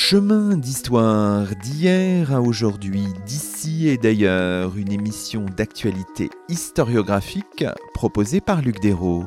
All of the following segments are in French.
Chemin d'histoire d'hier à aujourd'hui, d'ici et d'ailleurs, une émission d'actualité historiographique proposée par Luc Dérault.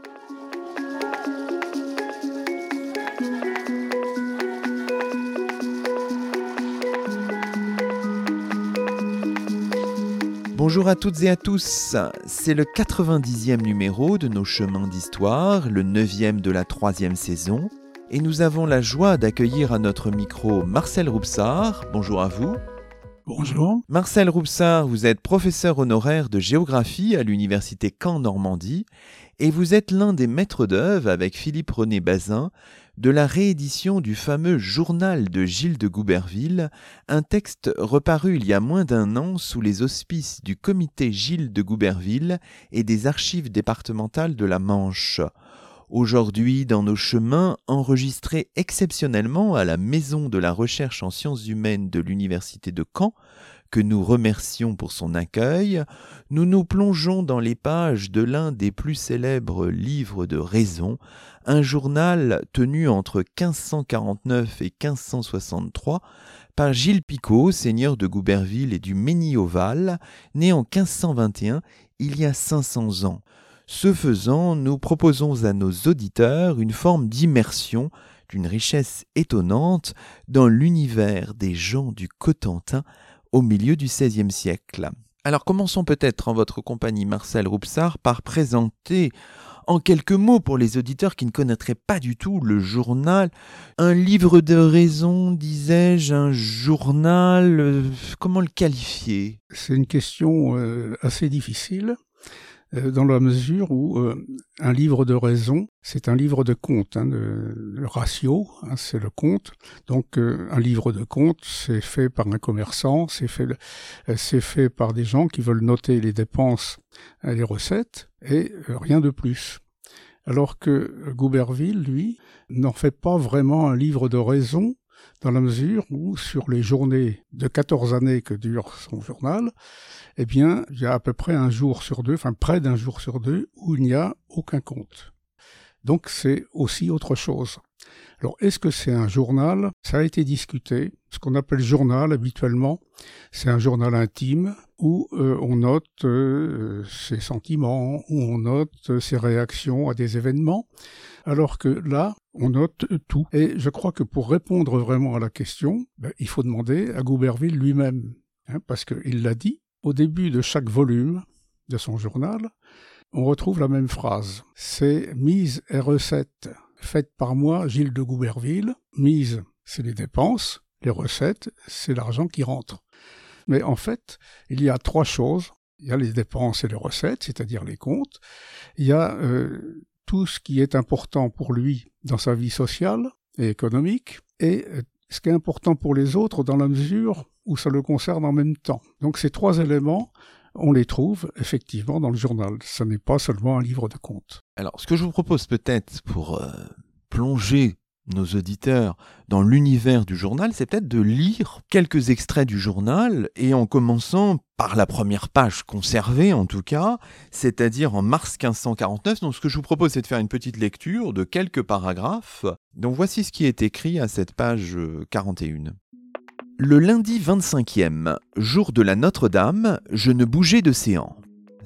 Bonjour à toutes et à tous, c'est le 90e numéro de nos chemins d'histoire, le 9e de la 3e saison, et nous avons la joie d'accueillir à notre micro Marcel Roupsart. Bonjour à vous. Bonjour. Marcel Roupsart, vous êtes professeur honoraire de géographie à l'université Caen-Normandie, et vous êtes l'un des maîtres d'œuvre avec Philippe-René Bazin de la réédition du fameux Journal de Gilles de Gouberville, un texte reparu il y a moins d'un an sous les auspices du comité Gilles de Gouberville et des archives départementales de la Manche. Aujourd'hui, dans nos chemins, enregistrés exceptionnellement à la Maison de la Recherche en Sciences Humaines de l'Université de Caen, que nous remercions pour son accueil, nous nous plongeons dans les pages de l'un des plus célèbres livres de raison, un journal tenu entre 1549 et 1563 par Gilles Picot, seigneur de Gouberville et du Mesnil-au-Val, né en 1521, il y a 500 ans. Ce faisant, nous proposons à nos auditeurs une forme d'immersion d'une richesse étonnante dans l'univers des gens du Cotentin au milieu du XVIe siècle. Alors commençons peut-être en votre compagnie, Marcel Roupsart, par présenter en quelques mots pour les auditeurs qui ne connaîtraient pas du tout le journal, un livre de raison, disais-je, un journal, comment le qualifier ? C'est une question assez difficile. Dans la mesure où un livre de raison, c'est un livre de compte, le ratio, c'est le compte. Donc un livre de compte, c'est fait par un commerçant, c'est fait par des gens qui veulent noter les dépenses et les recettes, et rien de plus. Alors que Gouberville, lui, n'en fait pas vraiment un livre de raison, dans la mesure où, sur les journées de 14 années que dure son journal, eh bien, il y a à peu près un jour sur deux, enfin près d'un jour sur deux, où il n'y a aucun compte. Donc c'est aussi autre chose. Alors, est-ce que c'est un journal ? Ça a été discuté. Ce qu'on appelle journal, habituellement, c'est un journal intime où on note ses sentiments, où on note ses réactions à des événements, alors que là, on note tout. Et je crois que pour répondre vraiment à la question, il faut demander à Gouberville lui-même, parce qu'il l'a dit, au début de chaque volume de son journal, on retrouve la même phrase. C'est « mise et recettes faites par moi, Gilles de Gouberville ». Mise, c'est les dépenses. Les recettes, c'est l'argent qui rentre. Mais en fait, il y a trois choses. Il y a les dépenses et les recettes, c'est-à-dire les comptes. Il y a tout ce qui est important pour lui dans sa vie sociale et économique, et ce qui est important pour les autres dans la mesure où ça le concerne en même temps. Donc ces trois éléments, on les trouve effectivement dans le journal. Ce n'est pas seulement un livre de comptes. Alors, ce que je vous propose peut-être pour plonger nos auditeurs dans l'univers du journal, c'est peut-être de lire quelques extraits du journal, et en commençant par la première page conservée en tout cas, c'est-à-dire en mars 1549. Donc ce que je vous propose, c'est de faire une petite lecture de quelques paragraphes. Donc voici ce qui est écrit à cette page 41. Le lundi 25e, jour de la Notre-Dame, je ne bougeais de séant.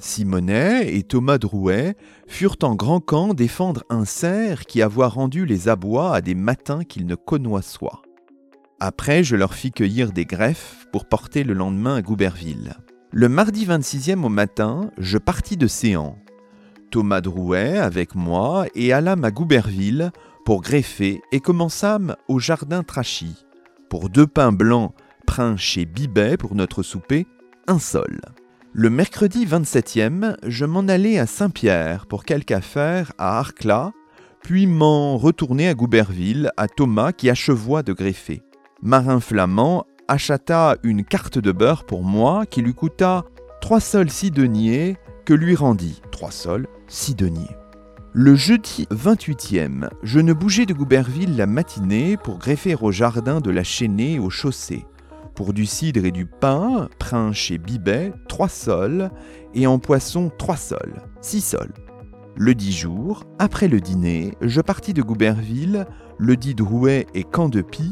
Simonet et Thomas Drouet furent en grand camp défendre un cerf qui avoit rendu les abois à des matins qu'ils ne connoissoient. Après, je leur fis cueillir des greffes pour porter le lendemain à Gouberville. Le mardi 26e au matin, je partis de Séant. Thomas Drouet avec moi et allâmes à Gouberville pour greffer et commençâmes au jardin Trachy. Pour 2 pains blancs prints chez Bibet pour notre souper, un sol. Le mercredi 27e, je m'en allai à Saint-Pierre pour quelque affaire à Arclas, puis m'en retournai à Gouberville, à Thomas qui achevoit de greffer. Marin flamand acheta une carte de beurre pour moi qui lui coûta 3 sols 6 deniers que lui rendit. 3 sols 6 deniers. Le jeudi 28e, je ne bougeais de Gouberville la matinée pour greffer au jardin de la Chênaie aux chaussées. Pour du cidre et du pain, prints chez Bibet, 3 sols, et en poisson 3 sols, 6 sols. Le 10 jour, après le dîner, je partis de Gouberville, le dit Drouet et Candepie,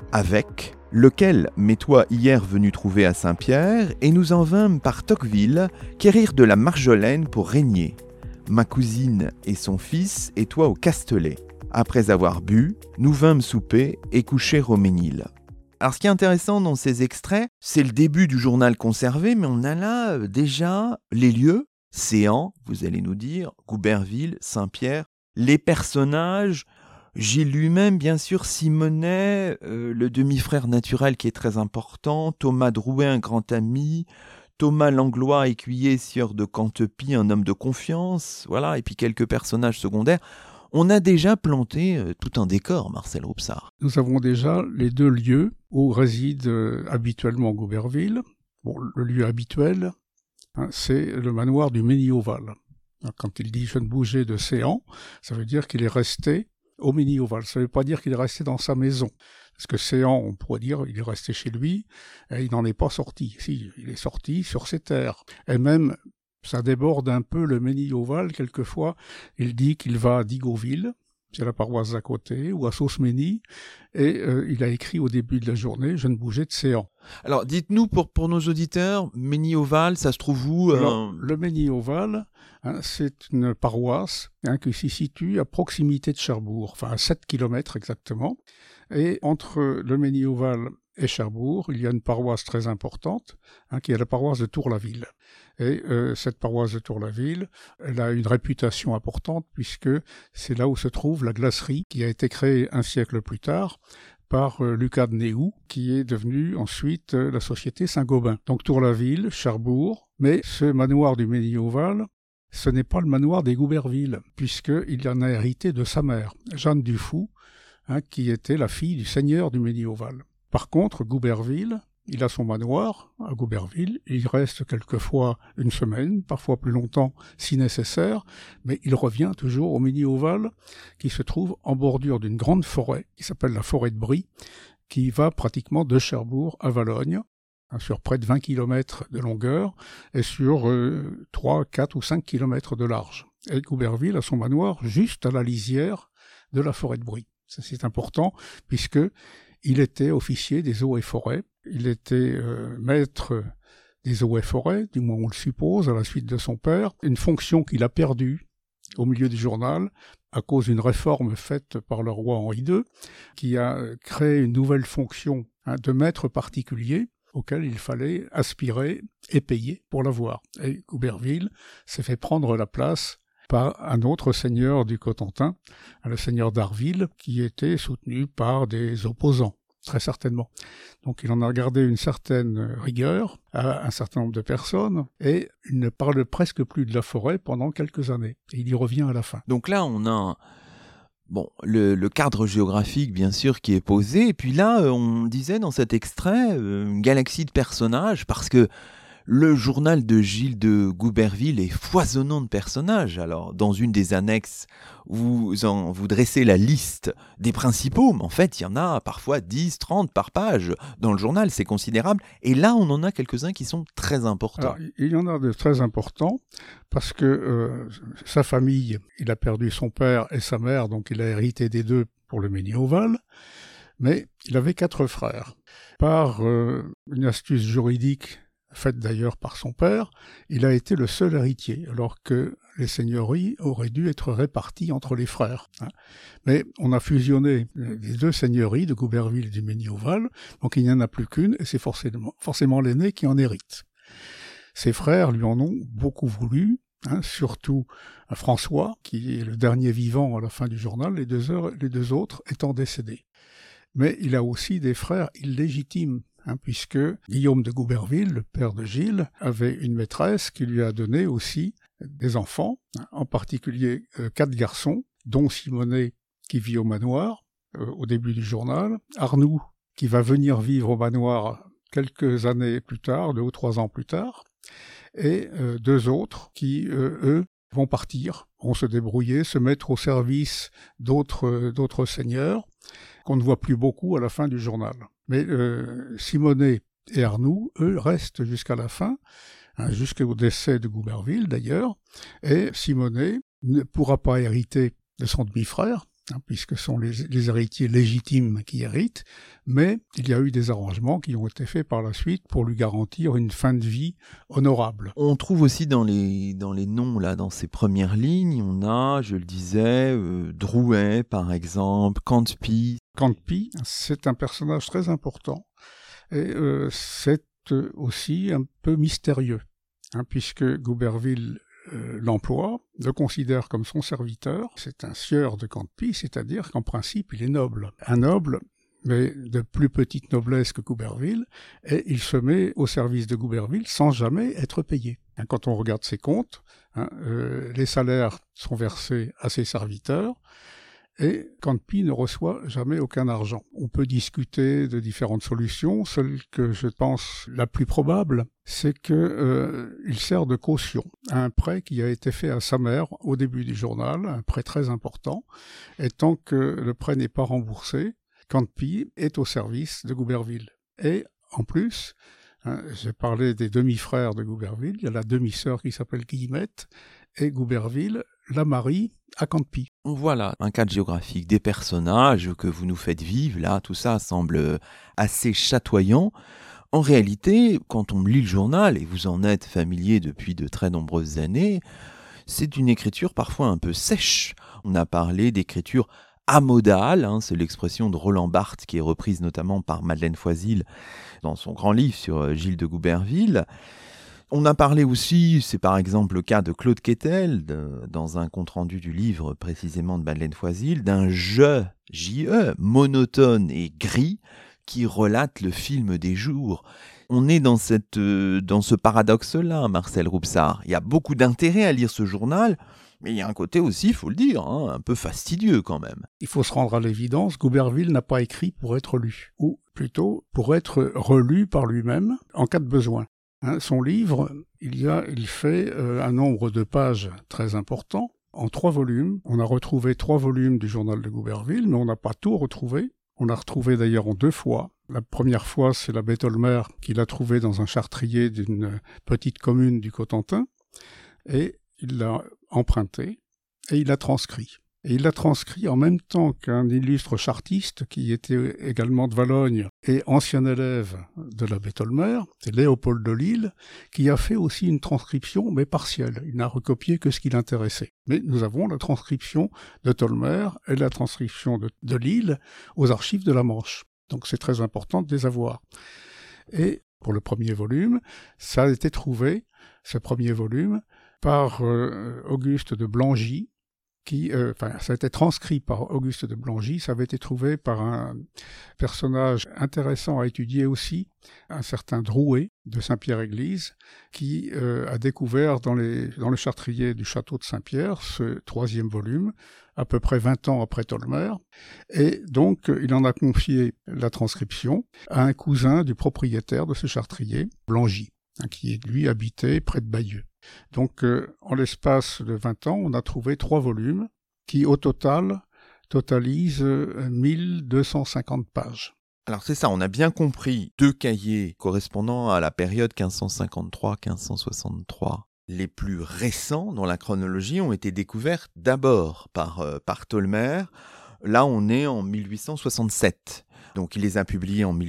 avec lequel m'es-toi hier venu trouver à Saint-Pierre, et nous en vînmes par Tocqueville quérir de la marjolaine pour régner. Ma cousine et son fils, et toi au Castelet. Après avoir bu, nous vînmes souper et coucher au Ménil. Alors ce qui est intéressant dans ces extraits, c'est le début du journal conservé, mais on a là déjà les lieux, Séan, vous allez nous dire, Gouberville, Saint-Pierre, les personnages, Gilles lui-même, bien sûr, Simonet, le demi-frère naturel qui est très important, Thomas Drouet, un grand ami, Thomas Langlois, écuyer, sieur de Cantepie, un homme de confiance, voilà, et puis quelques personnages secondaires. On a déjà planté tout un décor, Marcel Robsart. Nous avons déjà les 2 lieux où réside habituellement Gouberville. Bon, le lieu habituel, c'est le manoir du Ménil-Oval. Quand il dit « je ne bougeais de Séan », ça veut dire qu'il est resté au Ménil-Oval. Ça ne veut pas dire qu'il est resté dans sa maison. Parce que Séan, on pourrait dire, il est resté chez lui et il n'en est pas sorti. Si, il est sorti sur ses terres. Et même, ça déborde un peu le Ménil-Oval. Quelquefois, il dit qu'il va à Digoville, c'est la paroisse d'à côté, ou à Sauce-Ménil, et il a écrit au début de la journée « Je ne bougeais de Séan ». Alors, dites-nous, pour nos auditeurs, Ménil-Oval, ça se trouve où Alors, le Ménil-Oval, c'est une paroisse qui s'y situe à proximité de Cherbourg, enfin à 7 km exactement. Et entre le Ménil-Oval et Cherbourg, il y a une paroisse très importante, qui est la paroisse de Tour-la-Ville. Et cette paroisse de Tour-la-Ville, elle a une réputation importante puisque c'est là où se trouve la glacerie qui a été créée un siècle plus tard par Lucas de Néou, qui est devenu ensuite la société Saint-Gobain. Donc Tour-la-Ville, Cherbourg, mais ce manoir du Ménil-Oval, ce n'est pas le manoir des Gouberville, puisqu'il en a hérité de sa mère, Jeanne Dufoux, qui était la fille du seigneur du Ménil-Oval. Par contre, Gouberville, il a son manoir à Gouberville, il reste quelquefois une semaine, parfois plus longtemps si nécessaire, mais il revient toujours au Ménil-Oval, qui se trouve en bordure d'une grande forêt, qui s'appelle la forêt de Brie, qui va pratiquement de Cherbourg à Valogne, sur près de 20 km de longueur, et sur 3, 4 ou 5 km de large. Et Gouberville a son manoir juste à la lisière de la forêt de Brie. Ça, c'est important, puisque il était officier des eaux et forêts, il était maître des eaux et forêts, du moins on le suppose, à la suite de son père, une fonction qu'il a perdue au milieu du journal, à cause d'une réforme faite par le roi Henri II, qui a créé une nouvelle fonction de maître particulier, auquel il fallait aspirer et payer pour l'avoir. Et Gouberville s'est fait prendre la place par un autre seigneur du Cotentin, le seigneur d'Arville, qui était soutenu par des opposants, très certainement. Donc il en a gardé une certaine rigueur à un certain nombre de personnes, et il ne parle presque plus de la forêt pendant quelques années. Et il y revient à la fin. Donc là, on a le cadre géographique, bien sûr, qui est posé, et puis là, on disait dans cet extrait, une galaxie de personnages, parce que le journal de Gilles de Gouberville est foisonnant de personnages. Alors, dans une des annexes, vous dressez la liste des principaux, mais en fait, il y en a parfois 10, 30 par page dans le journal, c'est considérable. Et là, on en a quelques-uns qui sont très importants. Alors, il y en a de très importants, parce que sa famille, il a perdu son père et sa mère, donc il a hérité des 2 pour le Ménil-Oval, mais il avait 4 frères. Par une astuce juridique, faite d'ailleurs par son père, il a été le seul héritier, alors que les seigneuries auraient dû être réparties entre les frères. Mais on a fusionné les 2 seigneuries de Gouberville et du Ménil-Oval, donc il n'y en a plus qu'une, et c'est forcément l'aîné qui en hérite. Ses frères lui en ont beaucoup voulu, surtout François, qui est le dernier vivant à la fin du journal, les deux autres étant décédés. Mais il a aussi des frères illégitimes, puisque Guillaume de Gouberville, le père de Gilles, avait une maîtresse qui lui a donné aussi des enfants, en particulier 4 garçons, dont Simonet qui vit au manoir au début du journal, Arnoux qui va venir vivre au manoir quelques années plus tard, 2 ou 3 ans plus tard, et 2 autres qui, eux, vont partir, vont se débrouiller, se mettre au service d'autres seigneurs, qu'on ne voit plus beaucoup à la fin du journal. Mais Simonet et Arnoux, eux, restent jusqu'à la fin, jusqu'au décès de Gouberville d'ailleurs, et Simonet ne pourra pas hériter de son demi-frère, puisque ce sont les héritiers légitimes qui héritent, mais il y a eu des arrangements qui ont été faits par la suite pour lui garantir une fin de vie honorable. On trouve aussi dans les noms, là, dans ces premières lignes, on a, je le disais, Drouet, par exemple, Cantpi. Cantpi, c'est un personnage très important, et c'est aussi un peu mystérieux, puisque Gouberville l'emploie, le considère comme son serviteur. C'est un sieur de Cantpi, c'est-à-dire qu'en principe, il est noble. Un noble, mais de plus petite noblesse que Gouberville, et il se met au service de Gouberville sans jamais être payé. Quand on regarde ses comptes, les salaires sont versés à ses serviteurs, et Cantpi ne reçoit jamais aucun argent. On peut discuter de différentes solutions. Celle que je pense la plus probable, c'est qu'il sert de caution à un prêt qui a été fait à sa mère au début du journal, un prêt très important. Et tant que le prêt n'est pas remboursé, Cantpi est au service de Gouberville. Et en plus, j'ai parlé des demi-frères de Gouberville, il y a la demi-sœur qui s'appelle Guillemette, et Gouberville la marie à Cantpi. Voilà, un cadre géographique, des personnages que vous nous faites vivre, là, tout ça semble assez chatoyant. En réalité, quand on lit le journal, et vous en êtes familier depuis de très nombreuses années, c'est une écriture parfois un peu sèche. On a parlé d'écriture amodale, c'est l'expression de Roland Barthes qui est reprise notamment par Madeleine Foisil dans son grand livre sur Gilles de Gouberville. On a parlé aussi, c'est par exemple le cas de Claude Quetel, dans un compte-rendu du livre précisément de Madeleine Foisil, d'un jeu, J-E, monotone et gris, qui relate le film des jours. On est dans ce paradoxe-là, Marcel Roupsart. Il y a beaucoup d'intérêt à lire ce journal, mais il y a un côté aussi, il faut le dire, un peu fastidieux quand même. Il faut se rendre à l'évidence, Gouberville n'a pas écrit pour être lu, ou plutôt pour être relu par lui-même en cas de besoin. Son livre, il fait un nombre de pages très important, en 3 volumes. On a retrouvé 3 volumes du journal de Gouberville, mais on n'a pas tout retrouvé. On a retrouvé d'ailleurs en 2 fois. La première fois, c'est l'abbé Tolmer qui l'a trouvé dans un chartrier d'une petite commune du Cotentin, et il l'a emprunté, et il l'a transcrit. Et il l'a transcrit en même temps qu'un illustre chartiste qui était également de Valognes et ancien élève de l'abbé Tolmer, c'est Léopold de Lille, qui a fait aussi une transcription, mais partielle. Il n'a recopié que ce qui l'intéressait. Mais nous avons la transcription de Tolmer et la transcription de Lille aux archives de la Manche. Donc c'est très important de les avoir. Et pour le premier volume, ça a été trouvé, ce premier volume, par Auguste de Blangy, ça a été transcrit par Auguste de Blangy, ça avait été trouvé par un personnage intéressant à étudier aussi, un certain Drouet de Saint-Pierre-Église, qui a découvert dans le chartrier du château de Saint-Pierre ce 3e volume, à peu près 20 ans après Tolmer, et donc il en a confié la transcription à un cousin du propriétaire de ce chartrier, Blangy, qui lui habitait près de Bayeux. Donc, en l'espace de 20 ans, on a trouvé 3 volumes qui, au total, totalisent 1250 pages. Alors c'est ça, on a bien compris 2 cahiers correspondant à la période 1553-1563. Les plus récents dans la chronologie ont été découverts d'abord par Tolmer. Là, on est en 1867. Donc, il les a publiés en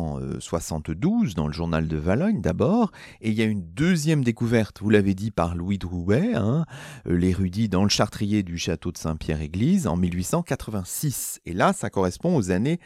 1872 dans le journal de Valognes d'abord. Et il y a une deuxième découverte, vous l'avez dit, par Louis Drouet, l'érudit dans le chartrier du château de Saint-Pierre-Église en 1886. Et là, ça correspond aux années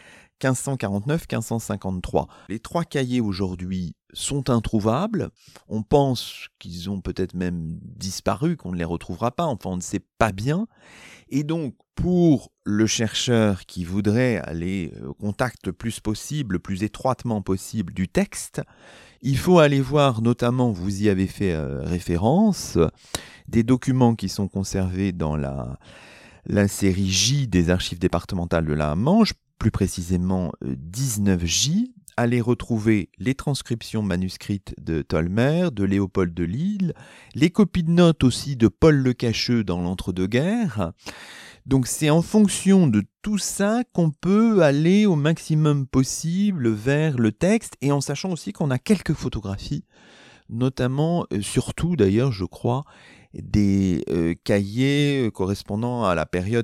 1549-1553. Les 3 cahiers aujourd'hui sont introuvables. On pense qu'ils ont peut-être même disparu, qu'on ne les retrouvera pas. Enfin, on ne sait pas bien. Et donc, pour le chercheur qui voudrait aller au contact le plus possible, le plus étroitement possible du texte, il faut aller voir, notamment, vous y avez fait référence, des documents qui sont conservés dans la série J des archives départementales de la Manche, plus précisément 19J, aller retrouver les transcriptions manuscrites de Tolmer, de Léopold de Lille, les copies de notes aussi de Paul Le Cacheux dans l'entre-deux-guerres. Donc c'est en fonction de tout ça qu'on peut aller au maximum possible vers le texte, et en sachant aussi qu'on a quelques photographies, notamment, surtout d'ailleurs je crois, des cahiers correspondant à la période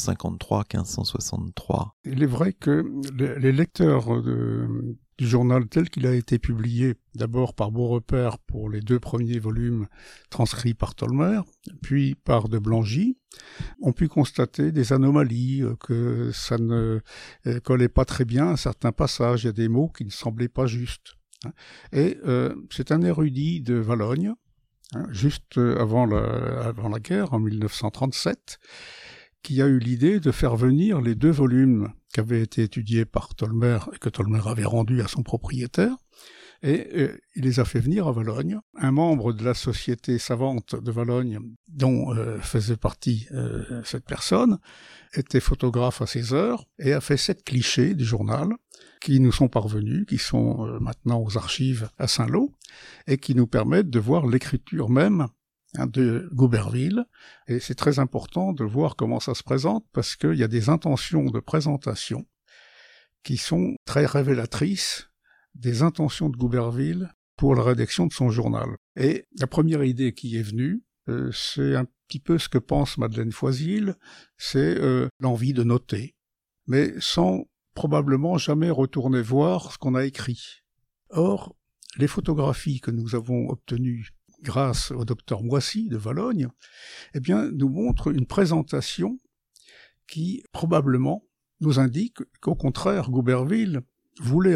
1553-1563. Il est vrai que les lecteurs du journal tel qu'il a été publié, d'abord par Beaurepaire pour les 2 premiers volumes transcrits par Tolmer, puis par de Blangy, ont pu constater des anomalies, que ça ne collait pas très bien à certains passages, il y a des mots qui ne semblaient pas justes. Et c'est un érudit de Valognes, juste avant la guerre, en 1937, qui a eu l'idée de faire venir les 2 volumes qui avaient été étudiés par Tolmer et que Tolmer avait rendus à son propriétaire, et il les a fait venir à Valognes. Un membre de la société savante de Valognes, dont faisait partie cette personne, était photographe à ses heures et a fait 7 clichés du journal qui nous sont parvenus, qui sont maintenant aux archives à Saint-Lô, et qui nous permettent de voir l'écriture même de Gouberville, et c'est très important de voir comment ça se présente, parce qu'il y a des intentions de présentation qui sont très révélatrices des intentions de Gouberville pour la rédaction de son journal. Et la première idée qui est venue, c'est un petit peu ce que pense Madeleine Foisil, c'est l'envie de noter, mais sans probablement jamais retourner voir ce qu'on a écrit. Or, les photographies que nous avons obtenues grâce au docteur Moissy de Valognes, eh bien, nous montre une présentation qui, probablement, nous indique qu'au contraire, Gouberville voulait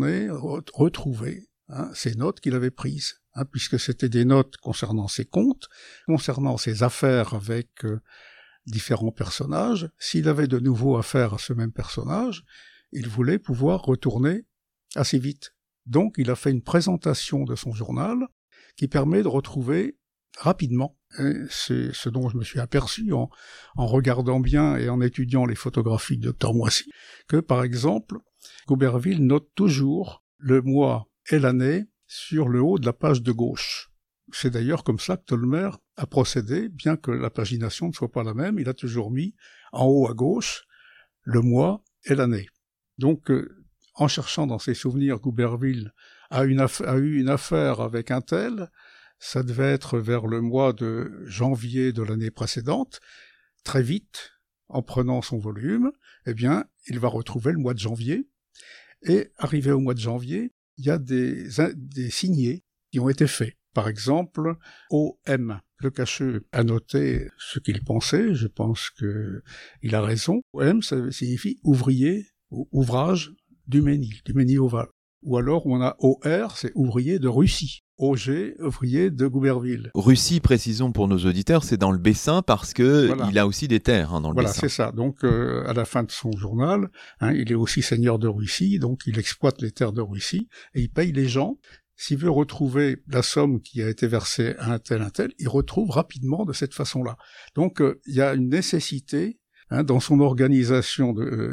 retrouver ces notes qu'il avait prises, puisque c'était des notes concernant ses comptes, concernant ses affaires avec différents personnages. S'il avait de nouveau affaire à ce même personnage, il voulait pouvoir retourner assez vite. Donc, il a fait une présentation de son journal qui permet de retrouver rapidement, et c'est ce dont je me suis aperçu en regardant bien et en étudiant les photographies de Dr Moissy, que par exemple, Gouberville note toujours le mois et l'année sur le haut de la page de gauche. C'est d'ailleurs comme ça que Tolmer a procédé, bien que la pagination ne soit pas la même, il a toujours mis en haut à gauche le mois et l'année. Donc, en cherchant dans ses souvenirs, Gouberville a eu une affaire avec un tel, ça devait être vers le mois de janvier de l'année précédente. Très vite, en prenant son volume, eh bien, il va retrouver le mois de janvier, et arrivé au mois de janvier, il y a des signés qui ont été faits. Par exemple, OM. Le cacheux a noté ce qu'il pensait, je pense qu'il a raison. OM, ça signifie ouvrier ou ouvrage du Ménil ovale. Ou alors on a OR, c'est ouvrier de Russie. OG, ouvrier de Gouberville. Russie, précisons pour nos auditeurs, c'est dans le Bessin parce que voilà. Il a aussi des terres dans le Bessin. Voilà, c'est ça. Donc à la fin de son journal, il est aussi seigneur de Russie, donc il exploite les terres de Russie et il paye les gens. S'il veut retrouver la somme qui a été versée à un tel, il retrouve rapidement de cette façon-là. Donc il y a une nécessité dans son organisation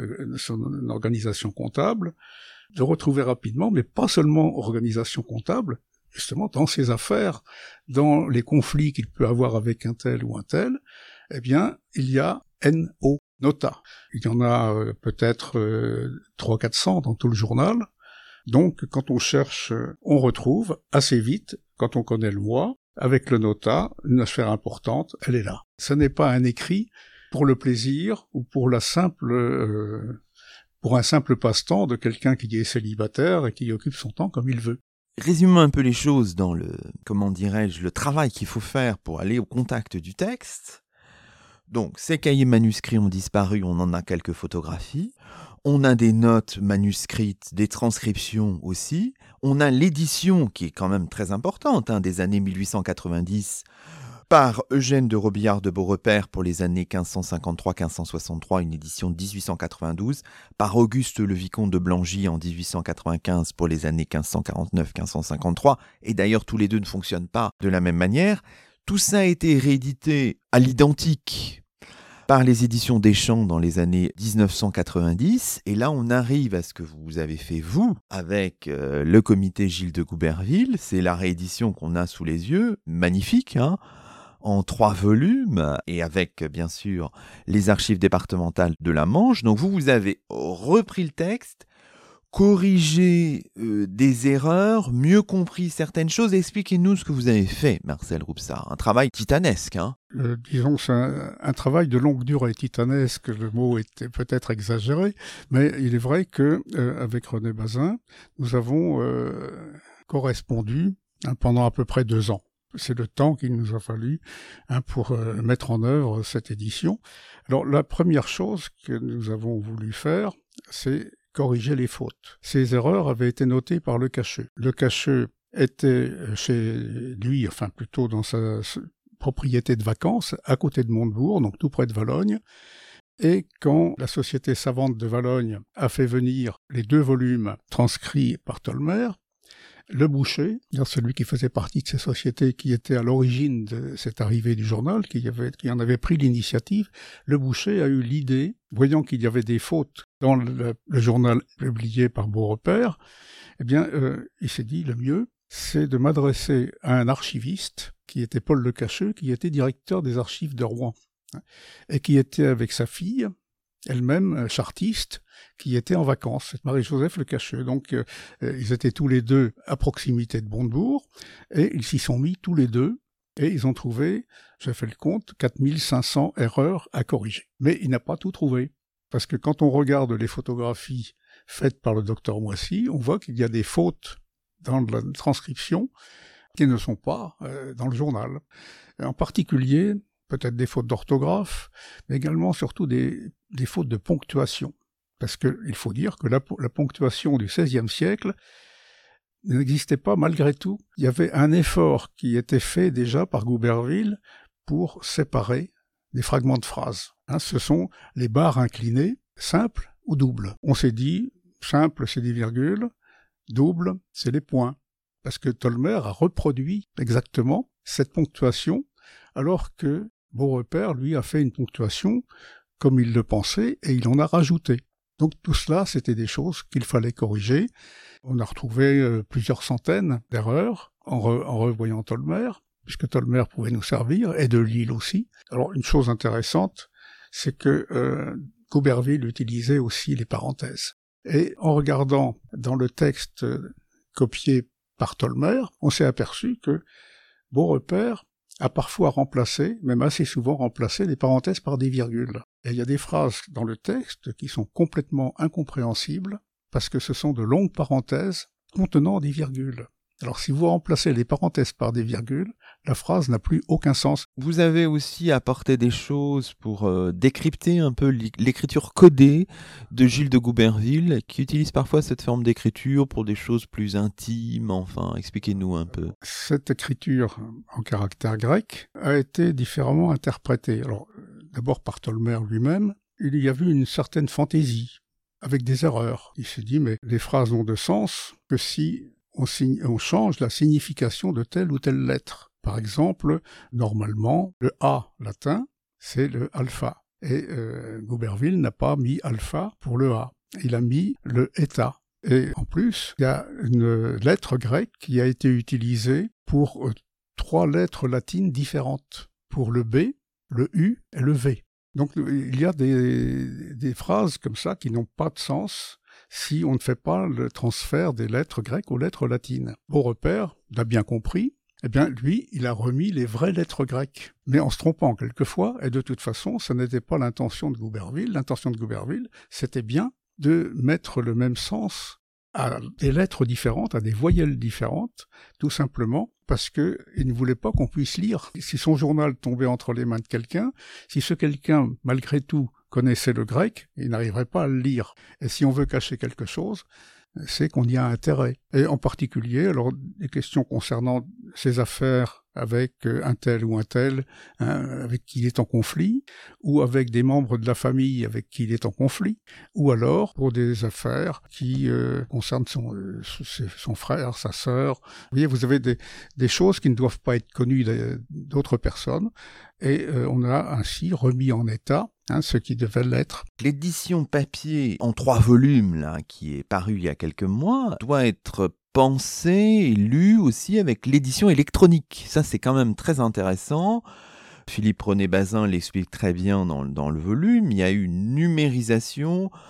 comptable de retrouver rapidement, mais pas seulement organisation comptable, justement dans ses affaires, dans les conflits qu'il peut avoir avec un tel ou un tel, eh bien, il y a NO, nota. Il y en a peut-être 300-400 dans tout le journal. Donc, quand on cherche, on retrouve assez vite, quand on connaît le mois, avec le nota, une affaire importante, elle est là. Ce n'est pas un écrit pour le plaisir ou pour un simple passe-temps de quelqu'un qui est célibataire et qui occupe son temps comme il veut. Résumons un peu les choses dans le travail qu'il faut faire pour aller au contact du texte. Donc, ces cahiers manuscrits ont disparu, on en a quelques photographies. On a des notes manuscrites, des transcriptions aussi. On a l'édition qui est quand même très importante, des années 1890, par Eugène de Robillard de Beaurepaire pour les années 1553-1563, une édition de 1892, par Auguste le Vicomte de Blangy en 1895 pour les années 1549-1553, et d'ailleurs tous les deux ne fonctionnent pas de la même manière. Tout ça a été réédité à l'identique par les éditions Deschamps dans les années 1990, et là on arrive à ce que vous avez fait vous, avec le comité Gilles de Gouberville. C'est la réédition qu'on a sous les yeux, magnifique, en 3 volumes, et avec, bien sûr, les archives départementales de la Manche. Donc vous avez repris le texte, corrigé des erreurs, mieux compris certaines choses. Expliquez-nous ce que vous avez fait, Marcel Roupsart. Un travail titanesque, hein. Disons, c'est un travail de longue durée. Titanesque, le mot était peut-être exagéré, mais il est vrai que avec René Bazin, nous avons correspondu pendant à peu près 2 ans. C'est le temps qu'il nous a fallu pour mettre en œuvre cette édition. Alors, la première chose que nous avons voulu faire, c'est corriger les fautes. Ces erreurs avaient été notées par Le Cacheux. Le Cacheux était chez lui, enfin plutôt dans sa propriété de vacances, à côté de Montebourg, donc tout près de Valogne. Et quand la Société savante de Valogne a fait venir les 2 volumes transcrits par Tolmer, le boucher, celui qui faisait partie de ces sociétés qui était à l'origine de cette arrivée du journal, qui en avait pris l'initiative, le boucher a eu l'idée, voyant qu'il y avait des fautes dans le journal publié par Beaurepaire, il s'est dit le mieux, c'est de m'adresser à un archiviste, qui était Paul Le Cacheux, qui était directeur des archives de Rouen, et qui était avec sa fille, elle-même chartiste, qui était en vacances, c'est Marie-Joseph Le Cacheux. Donc, ils étaient tous les 2 à proximité de Montebourg, et ils s'y sont mis tous les 2, et ils ont trouvé, j'ai fait le compte, 4500 erreurs à corriger. Mais il n'a pas tout trouvé, parce que quand on regarde les photographies faites par le docteur Moissy, on voit qu'il y a des fautes dans la transcription qui ne sont pas dans le journal. En particulier, peut-être des fautes d'orthographe, mais également surtout des fautes de ponctuation. Parce qu'il faut dire que la ponctuation du XVIe siècle n'existait pas malgré tout. Il y avait un effort qui était fait déjà par Gouberville pour séparer des fragments de phrases. Ce sont les barres inclinées, simples ou doubles. On s'est dit, simple c'est des virgules, double c'est les points. Parce que Tolmer a reproduit exactement cette ponctuation, alors que Beaurepaire, lui, a fait une ponctuation comme il le pensait, et il en a rajouté. Donc tout cela, c'était des choses qu'il fallait corriger. On a retrouvé plusieurs centaines d'erreurs en revoyant Tolmer, puisque Tolmer pouvait nous servir, et de Lille aussi. Alors une chose intéressante, c'est que Gouberville utilisait aussi les parenthèses. Et en regardant dans le texte copié par Tolmer, on s'est aperçu que Beaurepaire a parfois remplacé, même assez souvent remplacé, les parenthèses par des virgules. Et il y a des phrases dans le texte qui sont complètement incompréhensibles, parce que ce sont de longues parenthèses contenant des virgules. Alors si vous remplacez les parenthèses par des virgules, la phrase n'a plus aucun sens. Vous avez aussi apporté des choses pour décrypter un peu l'écriture codée de Gilles de Gouberville, qui utilise parfois cette forme d'écriture pour des choses plus intimes. Enfin, expliquez-nous un peu. Cette écriture en caractère grec a été différemment interprétée. Alors, d'abord par Tolmer lui-même, il y a vu une certaine fantaisie, avec des erreurs. Il s'est dit, mais les phrases n'ont de sens que si on change la signification de telle ou telle lettre. Par exemple, normalement, le A latin, c'est le alpha. Et Gouberville n'a pas mis alpha pour le A. Il a mis le eta. Et en plus, il y a une lettre grecque qui a été utilisée pour 3 lettres latines différentes. Pour le B, le U et le V. Donc il y a des phrases comme ça qui n'ont pas de sens si on ne fait pas le transfert des lettres grecques aux lettres latines. Beaurepaire l'a bien compris, lui, il a remis les vraies lettres grecques, mais en se trompant quelquefois, et de toute façon, ce n'était pas l'intention de Gouberville. L'intention de Gouberville, c'était bien de mettre le même sens à des lettres différentes, à des voyelles différentes, tout simplement parce qu'il ne voulait pas qu'on puisse lire. Si son journal tombait entre les mains de quelqu'un, si ce quelqu'un, malgré tout, connaissait le grec, il n'arriverait pas à le lire. Et si on veut cacher quelque chose, c'est qu'on y a intérêt. Et en particulier, alors, des questions concernant ses affaires avec un tel ou un tel, avec qui il est en conflit, ou avec des membres de la famille avec qui il est en conflit, ou alors pour des affaires qui concernent son frère, sa sœur. Vous voyez, vous avez des choses qui ne doivent pas être connues d'autres personnes, et on a ainsi remis en état ce qui devait l'être. L'édition papier en 3 volumes, là, qui est parue il y a quelques mois, doit être pensée et lue aussi avec l'édition électronique. Ça, c'est quand même très intéressant. Philippe René Bazin l'explique très bien dans le volume. Il y a eu une numérisation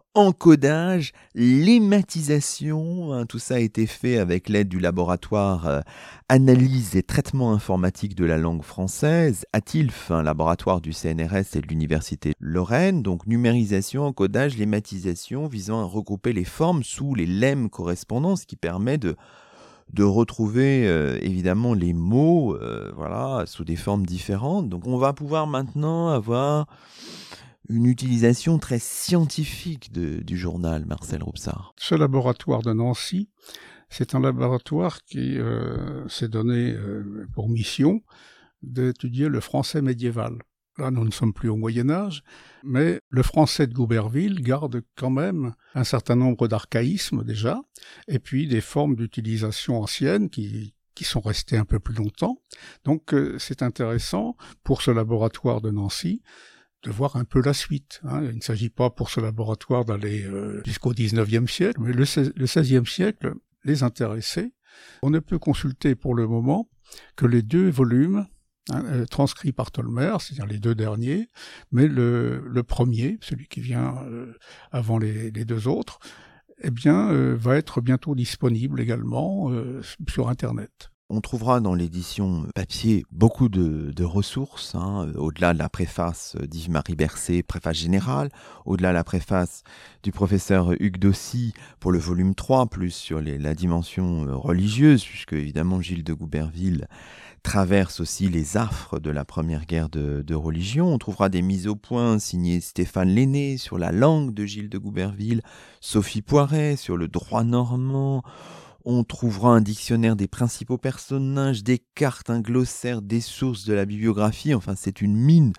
encodage, lématisation, hein, tout ça a été fait avec l'aide du laboratoire Analyse et traitement informatique de la langue française, ATILF, un laboratoire du CNRS et de l'Université de Lorraine, donc numérisation, encodage, lématisation, visant à regrouper les formes sous les lemmes correspondants, ce qui permet de retrouver évidemment les mots voilà, sous des formes différentes. Donc on va pouvoir maintenant avoir une utilisation très scientifique du journal, Marcel Roubsart. Ce laboratoire de Nancy, c'est un laboratoire qui s'est donné pour mission d'étudier le français médiéval. Là, nous ne sommes plus au Moyen-Âge, mais le français de Gouberville garde quand même un certain nombre d'archaïsmes déjà, et puis des formes d'utilisation anciennes qui sont restées un peu plus longtemps. Donc c'est intéressant pour ce laboratoire de Nancy de voir un peu la suite. Il ne s'agit pas pour ce laboratoire d'aller jusqu'au XIXe siècle, mais le XVIe siècle les intéressait. On ne peut consulter pour le moment que les 2 volumes transcrits par Tolmer, c'est-à-dire les 2 derniers, mais le premier, celui qui vient avant les 2 autres, eh bien, va être bientôt disponible également sur Internet. On trouvera dans l'édition papier beaucoup de ressources, au-delà de la préface d'Yves-Marie Bercé, préface générale, au-delà de la préface du professeur Hugues Dossy pour le volume 3, plus sur la dimension religieuse, puisque évidemment Gilles de Gouberville traverse aussi les affres de la première guerre de religion. On trouvera des mises au point signées Stéphane Lenné sur la langue de Gilles de Gouberville, Sophie Poiret sur le droit normand. On trouvera un dictionnaire des principaux personnages, des cartes, un glossaire, des sources de la bibliographie. Enfin, c'est une mine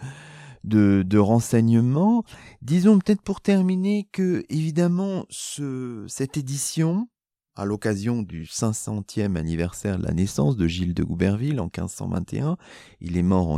de renseignements. Disons peut-être pour terminer que, évidemment, cette édition, à l'occasion du 500e anniversaire de la naissance de Gilles de Gouberville en 1521, il est mort en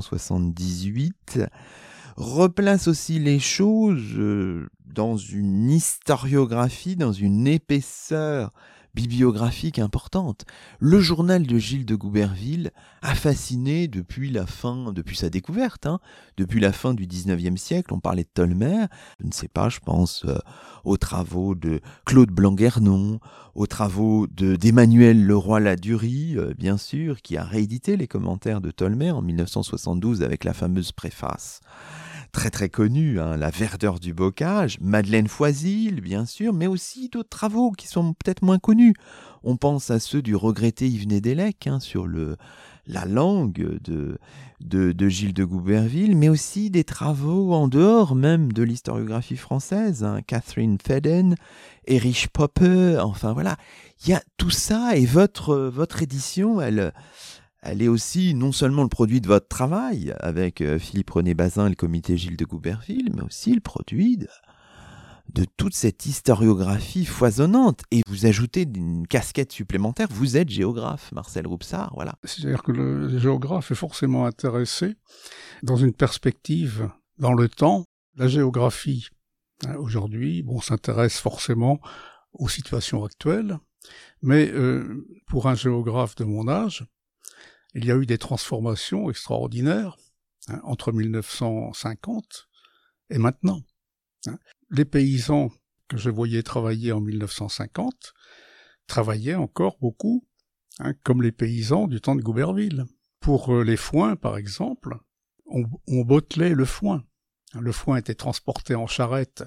1578, replace aussi les choses dans une historiographie, dans une épaisseur bibliographique importante. Le journal de Gilles de Gouberville a fasciné depuis sa découverte, depuis la fin du 19e siècle. On parlait de Tolmer, je ne sais pas, je pense aux travaux de Claude Blanc-Guernon, aux travaux d'Emmanuel Leroy-Ladurie, bien sûr, qui a réédité les commentaires de Tolmer en 1972 avec la fameuse préface très très connue, La verdeur du bocage, Madeleine Foisil, bien sûr, mais aussi d'autres travaux qui sont peut-être moins connus. On pense à ceux du regretté Yves Nédélec sur la langue de Gilles de Gouberville, mais aussi des travaux en dehors même de l'historiographie française, Catherine Fedden, Erich Popper, enfin voilà. Il y a tout ça, et votre édition, elle est aussi non seulement le produit de votre travail avec Philippe-René Bazin et le comité Gilles de Gouberville, mais aussi le produit de toute cette historiographie foisonnante. Et vous ajoutez une casquette supplémentaire, vous êtes géographe, Marcel Roubsart, voilà. C'est-à-dire que le géographe est forcément intéressé dans une perspective dans le temps. La géographie, aujourd'hui, s'intéresse forcément aux situations actuelles, mais pour un géographe de mon âge, il y a eu des transformations extraordinaires entre 1950 et maintenant. Les paysans que je voyais travailler en 1950 travaillaient encore beaucoup, comme les paysans du temps de Gouberville. Pour les foins, par exemple, on bottelait le foin. Le foin était transporté en charrette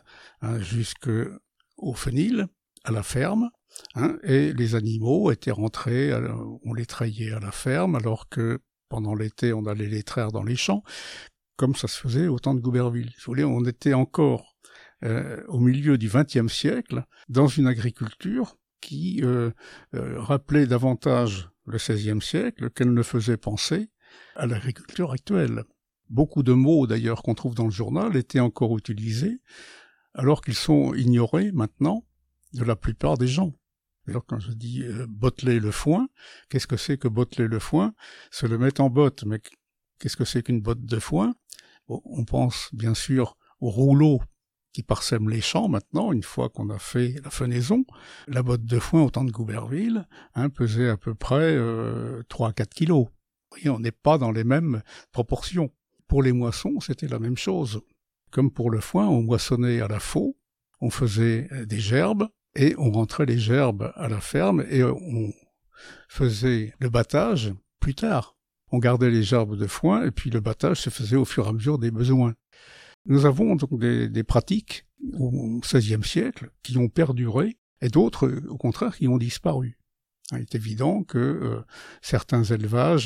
jusqu'au Fenil, à la ferme, et les animaux étaient rentrés, on les trayait à la ferme, alors que pendant l'été, on allait les traire dans les champs, comme ça se faisait au temps de Gouberville. Si vous voulez, on était encore au milieu du XXe siècle, dans une agriculture qui rappelait davantage le XVIe siècle qu'elle ne faisait penser à l'agriculture actuelle. Beaucoup de mots, d'ailleurs, qu'on trouve dans le journal étaient encore utilisés, alors qu'ils sont ignorés maintenant de la plupart des gens. Alors quand je dis botteler le foin, qu'est-ce que c'est que botteler le foin? Se le mettre en botte, mais qu'est-ce que c'est qu'une botte de foin? On pense bien sûr au rouleau qui parsème les champs maintenant, une fois qu'on a fait la fenaison. La botte de foin au temps de Gouberville pesait à peu près 3 à 4 kilos. Vous voyez, on n'est pas dans les mêmes proportions. Pour les moissons, c'était la même chose. Comme pour le foin, on moissonnait à la faux, on faisait des gerbes, et on rentrait les gerbes à la ferme, et on faisait le battage plus tard. On gardait les gerbes de foin, et puis le battage se faisait au fur et à mesure des besoins. Nous avons donc des pratiques au XVIe siècle qui ont perduré, et d'autres, au contraire, qui ont disparu. Il est évident que certains élevages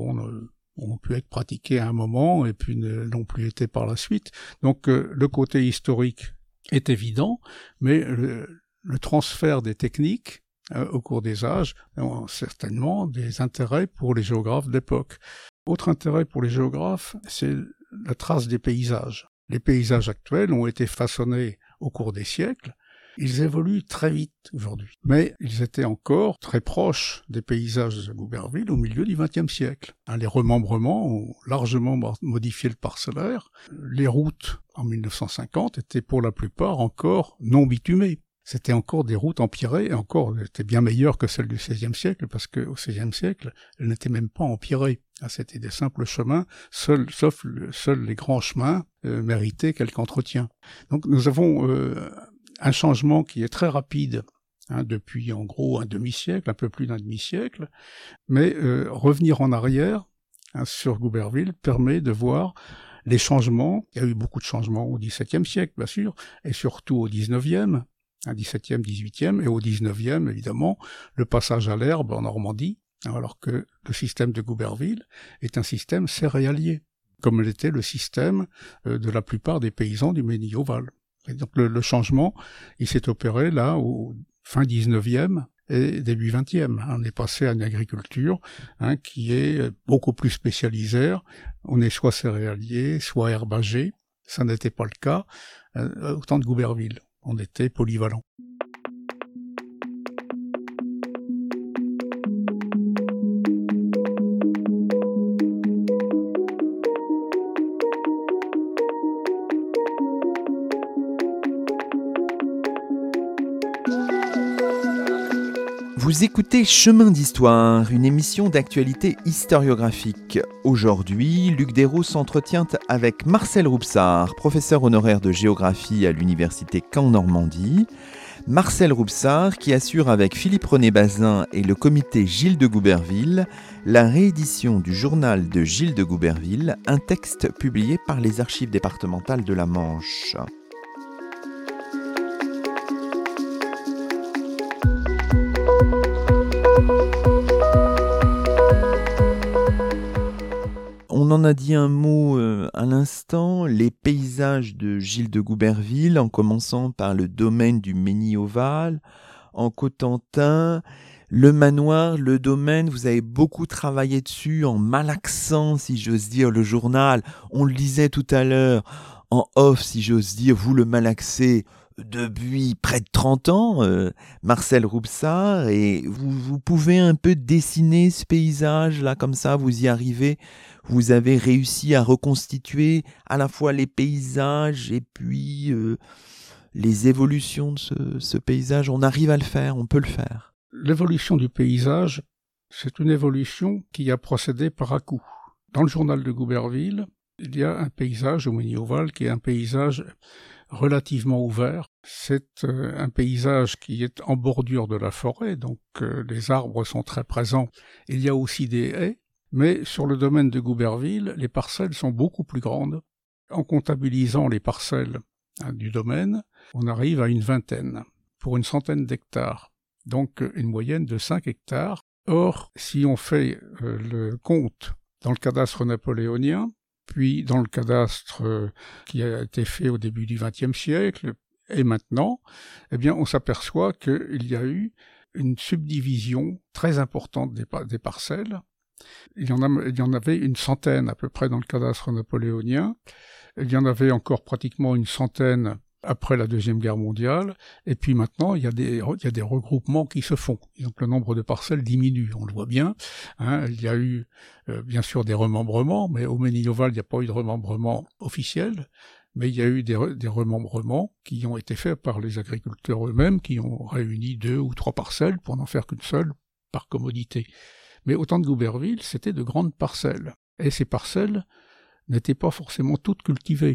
ont pu être pratiqués à un moment, et puis ne l'ont plus été par la suite. Donc le côté historique est évident, mais le transfert des techniques au cours des âges ont certainement des intérêts pour les géographes d'époque. Autre intérêt pour les géographes, c'est la trace des paysages. Les paysages actuels ont été façonnés au cours des siècles. Ils évoluent très vite aujourd'hui, mais ils étaient encore très proches des paysages de Gouberville au milieu du XXe siècle. Les remembrements ont largement modifié le parcellaire. Les routes en 1950 étaient pour la plupart encore non bitumées. C'était encore des routes empierrées, et encore, elles étaient bien meilleures que celles du XVIe siècle, parce qu'au XVIe siècle, elles n'étaient même pas empierrées. C'était des simples chemins, seuls les grands chemins méritaient quelque entretien. Donc nous avons un changement qui est très rapide, depuis en gros un demi-siècle, un peu plus d'un demi-siècle, mais revenir en arrière sur Gouberville permet de voir les changements. Il y a eu beaucoup de changements au XVIIe siècle, bien sûr, et surtout au XIXe, 17e, 18e, et au 19e, évidemment, le passage à l'herbe en Normandie, alors que le système de Gouberville est un système céréalier, comme l'était le système de la plupart des paysans du Ménil-Oval. Et donc le changement, il s'est opéré là au fin 19e et début 20e. On est passé à une agriculture qui est beaucoup plus spécialisée. On est soit céréalier, soit herbager. Ça n'était pas le cas au temps de Gouberville. On était polyvalent. Vous écoutez Chemin d'Histoire, une émission d'actualité historiographique. Aujourd'hui, Luc Desros s'entretient avec Marcel Roubsart, professeur honoraire de géographie à l'université Caen-Normandie. Marcel Roubsart qui assure avec Philippe-René Bazin et le comité Gilles de Gouberville la réédition du journal de Gilles de Gouberville, un texte publié par les archives départementales de la Manche. On en a dit un mot à l'instant, les paysages de Gilles de Gouberville, en commençant par le domaine du Ménil-Oval, en Cotentin, le manoir, le domaine, vous avez beaucoup travaillé dessus en malaxant, si j'ose dire, le journal. On le disait tout à l'heure, en off, si j'ose dire, vous le malaxez depuis près de 30 ans, Marcel Roubsart, et vous pouvez un peu dessiner ce paysage-là, comme ça, vous y arrivez. Vous avez réussi à reconstituer à la fois les paysages et puis les évolutions de ce paysage. On arrive à le faire, on peut le faire. L'évolution du paysage, c'est une évolution qui a procédé par à-coups. Dans le journal de Gouberville, il y a un paysage au Ménil-Oval qui est un paysage relativement ouvert. C'est un paysage qui est en bordure de la forêt, donc les arbres sont très présents. Il y a aussi des haies. Mais sur le domaine de Gouberville, les parcelles sont beaucoup plus grandes. En comptabilisant les parcelles du domaine, on arrive à une vingtaine, pour une centaine d'hectares. Donc une moyenne de 5 hectares. Or, si on fait le compte dans le cadastre napoléonien, puis dans le cadastre qui a été fait au début du XXe siècle, et maintenant, eh bien, on s'aperçoit qu'il y a eu une subdivision très importante des parcelles. Il y en avait une centaine à peu près dans le cadastre napoléonien. Il y en avait encore pratiquement une centaine après la Deuxième Guerre mondiale. Et puis maintenant, il y a des regroupements qui se font. Donc le nombre de parcelles diminue, on le voit bien. Il y a eu bien sûr des remembrements, mais au Ménil-Oval, il n'y a pas eu de remembrement officiel. Mais il y a eu des remembrements qui ont été faits par les agriculteurs eux-mêmes, qui ont réuni 2 ou 3 parcelles pour n'en faire qu'une seule par commodité. Mais au temps de Gouberville, c'était de grandes parcelles. Et ces parcelles n'étaient pas forcément toutes cultivées.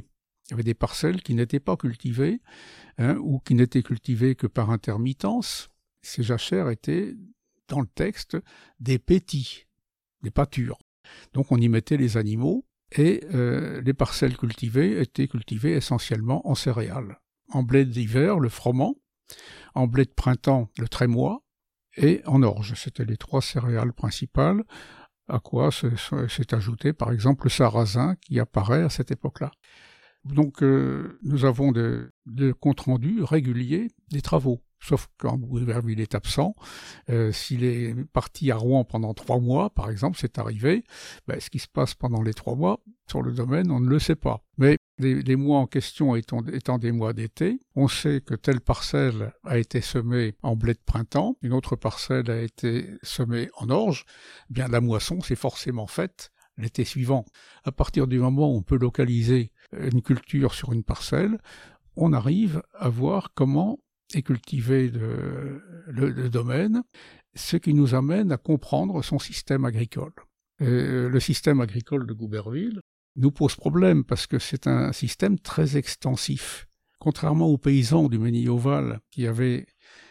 Il y avait des parcelles qui n'étaient pas cultivées, ou qui n'étaient cultivées que par intermittence. Ces jachères étaient, dans le texte, des pétis, des pâtures. Donc on y mettait les animaux, et les parcelles cultivées étaient cultivées essentiellement en céréales. En blé d'hiver, le froment, en blé de printemps, le trémois, et en orge. C'était les 3 céréales principales, à quoi s'est ajouté par exemple le sarrasin qui apparaît à cette époque-là. Donc nous avons des comptes rendus réguliers des travaux. Sauf quand Gouverville est absent, s'il est parti à Rouen pendant 3 mois, par exemple, c'est arrivé, ce qui se passe pendant les 3 mois sur le domaine, on ne le sait pas. Mais les mois en question étant des mois d'été, on sait que telle parcelle a été semée en blé de printemps, une autre parcelle a été semée en orge. Bien, la moisson s'est forcément faite l'été suivant. À partir du moment où on peut localiser une culture sur une parcelle, on arrive à voir comment est cultivé le domaine, ce qui nous amène à comprendre son système agricole. Le système agricole de Gouberville nous pose problème parce que c'est un système très extensif. Contrairement aux paysans du Ménil-Oval qui avaient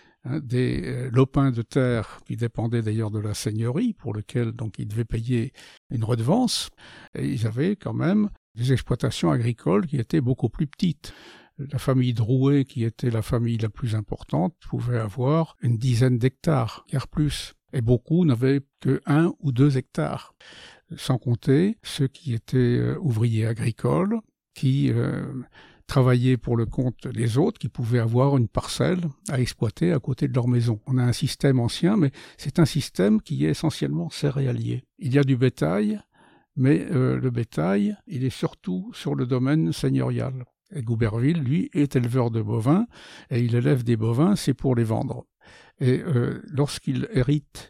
des lopins de terre qui dépendaient d'ailleurs de la seigneurie pour lequel donc ils devaient payer une redevance, et ils avaient quand même des exploitations agricoles qui étaient beaucoup plus petites. La famille Drouet, qui était la famille la plus importante, pouvait avoir une dizaine d'hectares, voire plus. Et beaucoup n'avaient que 1 ou 2 hectares. Sans compter ceux qui étaient ouvriers agricoles, qui travaillaient pour le compte des autres, qui pouvaient avoir une parcelle à exploiter à côté de leur maison. On a un système ancien, mais c'est un système qui est essentiellement céréalier. Il y a du bétail, mais le bétail, il est surtout sur le domaine seigneurial. Et Gouberville, lui, est éleveur de bovins, et il élève des bovins, c'est pour les vendre. Et lorsqu'il hérite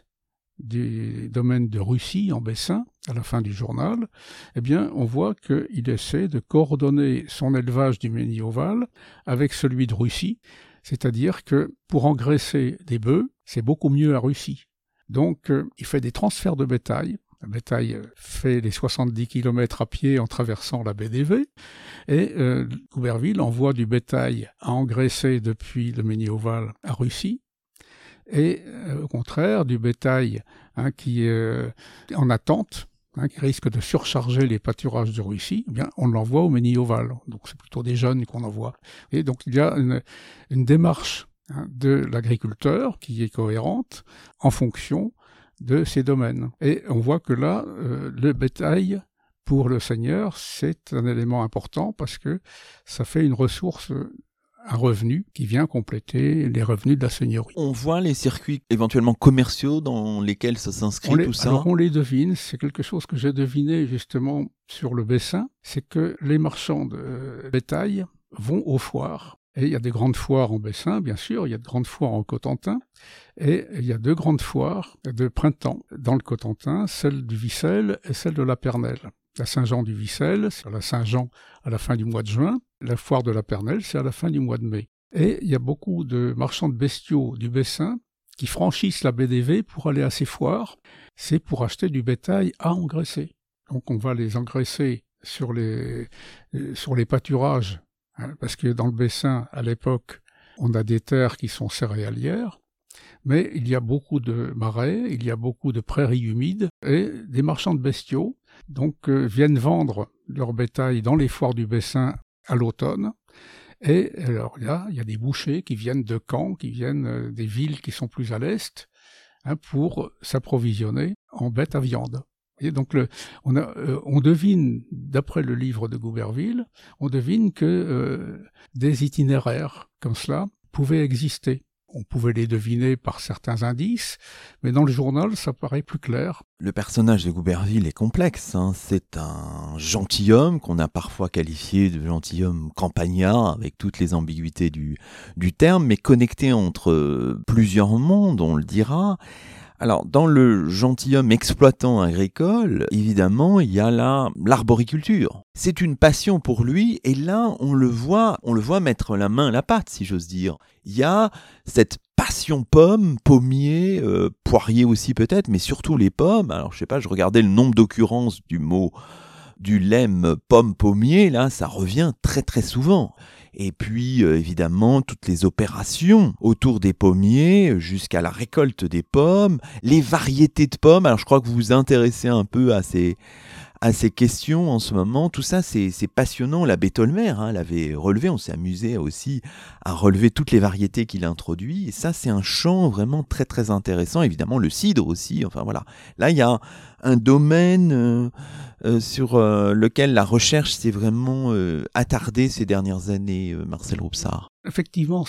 du domaine de Russy, en Bessin, à la fin du journal, eh bien, on voit qu'il essaie de coordonner son élevage du Ménil-Oval avec celui de Russy, c'est-à-dire que pour engraisser des bœufs, c'est beaucoup mieux à Russy. Donc, il fait des transferts de bétail. Le bétail fait les 70 km à pied en traversant la baie d'Évé, et Gouberville envoie du bétail à engraisser depuis le Ménil-Oval à Russy, et au contraire, du bétail qui est en attente, qui risque de surcharger les pâturages de Russy, eh bien, on l'envoie au Ménil-Oval. Donc c'est plutôt des jeunes qu'on envoie. Et donc il y a une démarche de l'agriculteur qui est cohérente en fonction de ces domaines. Et on voit que là, le bétail, pour le seigneur, c'est un élément important parce que ça fait une ressource, un revenu qui vient compléter les revenus de la seigneurie. On voit les circuits éventuellement commerciaux dans lesquels ça s'inscrit, tout ça? Alors on les devine, c'est quelque chose que j'ai deviné justement sur le Bessin, c'est que les marchands de bétail vont aux foires. Et il y a des grandes foires en Bessin, bien sûr, il y a de grandes foires en Cotentin, et il y a 2 grandes foires de printemps dans le Cotentin, celle du Vissel et celle de la Pernelle. La Saint-Jean-du-Vissel, c'est la Saint-Jean à la fin du mois de juin, la foire de la Pernelle, c'est à la fin du mois de mai. Et il y a beaucoup de marchands de bestiaux du Bessin qui franchissent la baie d'Évé pour aller à ces foires, c'est pour acheter du bétail à engraisser. Donc on va les engraisser sur les pâturages, parce que dans le Bessin, à l'époque, on a des terres qui sont céréalières, mais il y a beaucoup de marais, il y a beaucoup de prairies humides, et des marchands de bestiaux donc viennent vendre leur bétail dans les foires du Bessin à l'automne. Et alors là, il y a des bouchers qui viennent de Caen, qui viennent des villes qui sont plus à l'est, pour s'approvisionner en bêtes à viande. Et donc on devine, d'après le livre de Gouberville, on devine que des itinéraires comme cela pouvaient exister. On pouvait les deviner par certains indices, mais dans le journal, ça paraît plus clair. Le personnage de Gouberville est complexe. C'est un gentilhomme qu'on a parfois qualifié de gentilhomme campagnard, avec toutes les ambiguïtés du terme, mais connecté entre plusieurs mondes, on le dira. Alors, dans le gentilhomme exploitant agricole, évidemment, il y a l'arboriculture. C'est une passion pour lui, et là, on le voit mettre la main à la pâte, si j'ose dire. Il y a cette passion pomme, pommier, poirier aussi peut-être, mais surtout les pommes. Alors, je sais pas, je regardais le nombre d'occurrences du mot du lemme pomme-pommier, là, ça revient très très souvent. Et puis, évidemment, toutes les opérations autour des pommiers, jusqu'à la récolte des pommes, les variétés de pommes. Alors, je crois que vous vous intéressez un peu à ces questions en ce moment. Tout ça, c'est passionnant. L'abbé Tolmer l'avait relevé. On s'est amusé aussi à relever toutes les variétés qu'il introduit. Et ça, c'est un champ vraiment très, très intéressant. Évidemment, le cidre aussi. Enfin, voilà. Là, il y a un domaine sur lequel la recherche s'est vraiment attardée ces dernières années, Marcel Roupsart. Effectivement,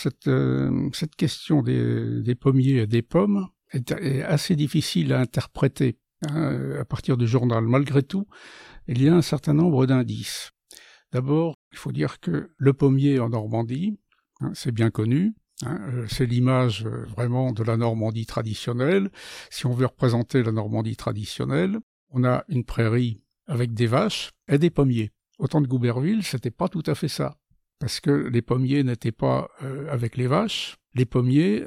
cette question des pommiers et des pommes est assez difficile à interpréter à partir du journal. Malgré tout, il y a un certain nombre d'indices. D'abord, il faut dire que le pommier en Normandie, c'est bien connu, c'est l'image vraiment de la Normandie traditionnelle. Si on veut représenter la Normandie traditionnelle, on a une prairie avec des vaches et des pommiers. Au temps de Gouberville, c'était pas tout à fait ça, parce que les pommiers n'étaient pas avec les vaches. Les pommiers,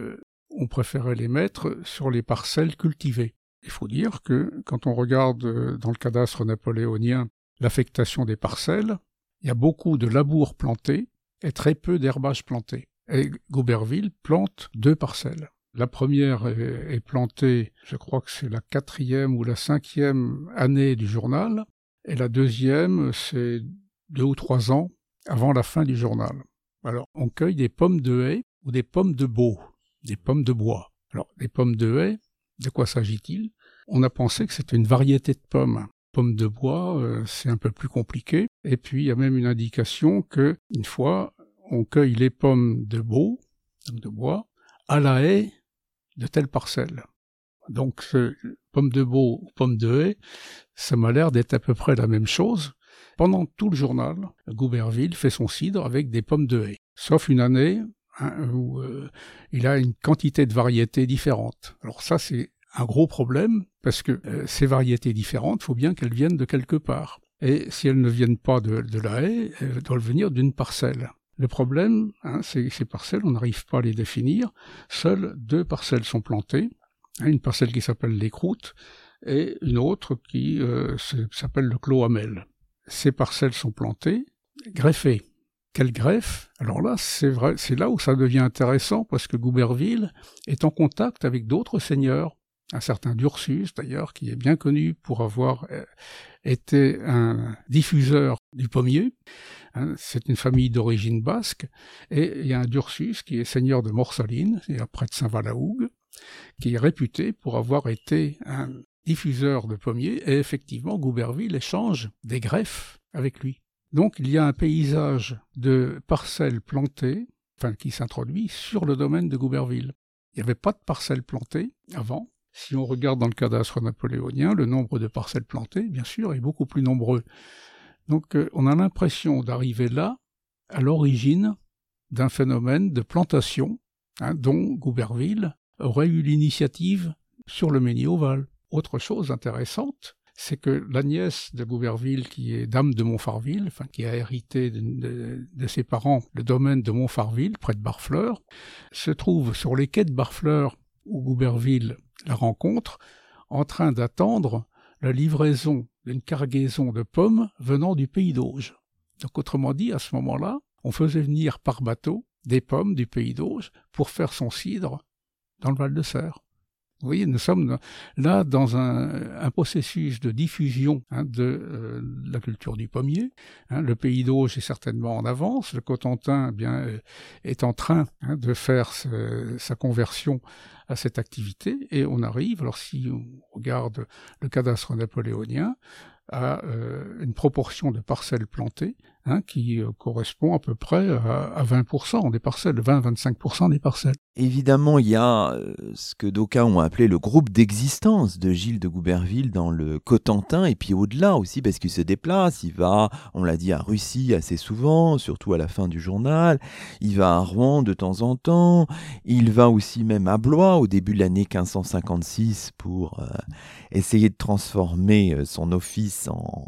on préférait les mettre sur les parcelles cultivées. Il faut dire que quand on regarde dans le cadastre napoléonien l'affectation des parcelles, il y a beaucoup de labours plantés et très peu d'herbages plantés. Et Gouberville plante 2 parcelles. La première est plantée, je crois que c'est la 4e ou la 5e année du journal, et la deuxième, c'est 2 ou 3 ans avant la fin du journal. Alors, on cueille des pommes de haie ou des pommes de baux, des pommes de bois. Alors, des pommes de haie, de quoi s'agit-il? On a pensé que c'était une variété de pommes. Pommes de bois, c'est un peu plus compliqué. Et puis, il y a même une indication que, une fois, on cueille les pommes de baux, donc de bois, à la haie de telle parcelle. Donc, pommes de baux ou pommes de haie, ça m'a l'air d'être à peu près la même chose. Pendant tout le journal, Gouberville fait son cidre avec des pommes de haie. Sauf une année où il a une quantité de variétés différentes. Alors ça, c'est un gros problème, parce que ces variétés différentes, il faut bien qu'elles viennent de quelque part. Et si elles ne viennent pas de la haie, elles doivent venir d'une parcelle. Le problème, c'est que ces parcelles, on n'arrive pas à les définir. Seules 2 parcelles sont plantées. Une parcelle qui s'appelle les Croûtes et une autre qui s'appelle le Clos Hamel. Ces parcelles sont plantées, greffées. Quelle greffe? Alors là, c'est vrai, c'est là où ça devient intéressant, parce que Gouberville est en contact avec d'autres seigneurs. Un certain Dursus, d'ailleurs, qui est bien connu pour avoir été un diffuseur du pommier. C'est une famille d'origine basque. Et il y a un Dursus qui est seigneur de Morsaline, et près de Saint-Valahougue, qui est réputé pour avoir été un diffuseur de pommiers. Et effectivement, Gouberville échange des greffes avec lui. Donc il y a un paysage de parcelles plantées, qui s'introduit sur le domaine de Gouberville. Il n'y avait pas de parcelles plantées avant. Si on regarde dans le cadastre napoléonien, le nombre de parcelles plantées, bien sûr, est beaucoup plus nombreux. Donc on a l'impression d'arriver là, à l'origine d'un phénomène de plantation, dont Gouberville aurait eu l'initiative sur le Ménil-Oval. Autre chose intéressante, c'est que la nièce de Gouberville, qui est dame de Montfarville, qui a hérité de ses parents le domaine de Montfarville, près de Barfleur, se trouve sur les quais de Barfleur, où Gouberville la rencontre, en train d'attendre la livraison d'une cargaison de pommes venant du pays d'Auge. Donc autrement dit, à ce moment-là, on faisait venir par bateau des pommes du pays d'Auge pour faire son cidre dans le Val-de-Serre. Vous voyez, nous sommes là dans un processus de diffusion de la culture du pommier. Le pays d'Auge est certainement en avance. Le Cotentin est en train de faire sa conversion à cette activité. Et on arrive, alors si on regarde le cadastre napoléonien, à une proportion de parcelles plantées qui correspond à peu près à 20% des parcelles, 20-25% des parcelles. Évidemment, il y a ce que d'aucuns ont appelé le groupe d'existence de Gilles de Gouberville dans le Cotentin, et puis au-delà aussi, parce qu'il se déplace, il va, on l'a dit, à Russie assez souvent, surtout à la fin du journal, il va à Rouen de temps en temps, il va aussi même à Blois au début de l'année 1556 pour essayer de transformer son office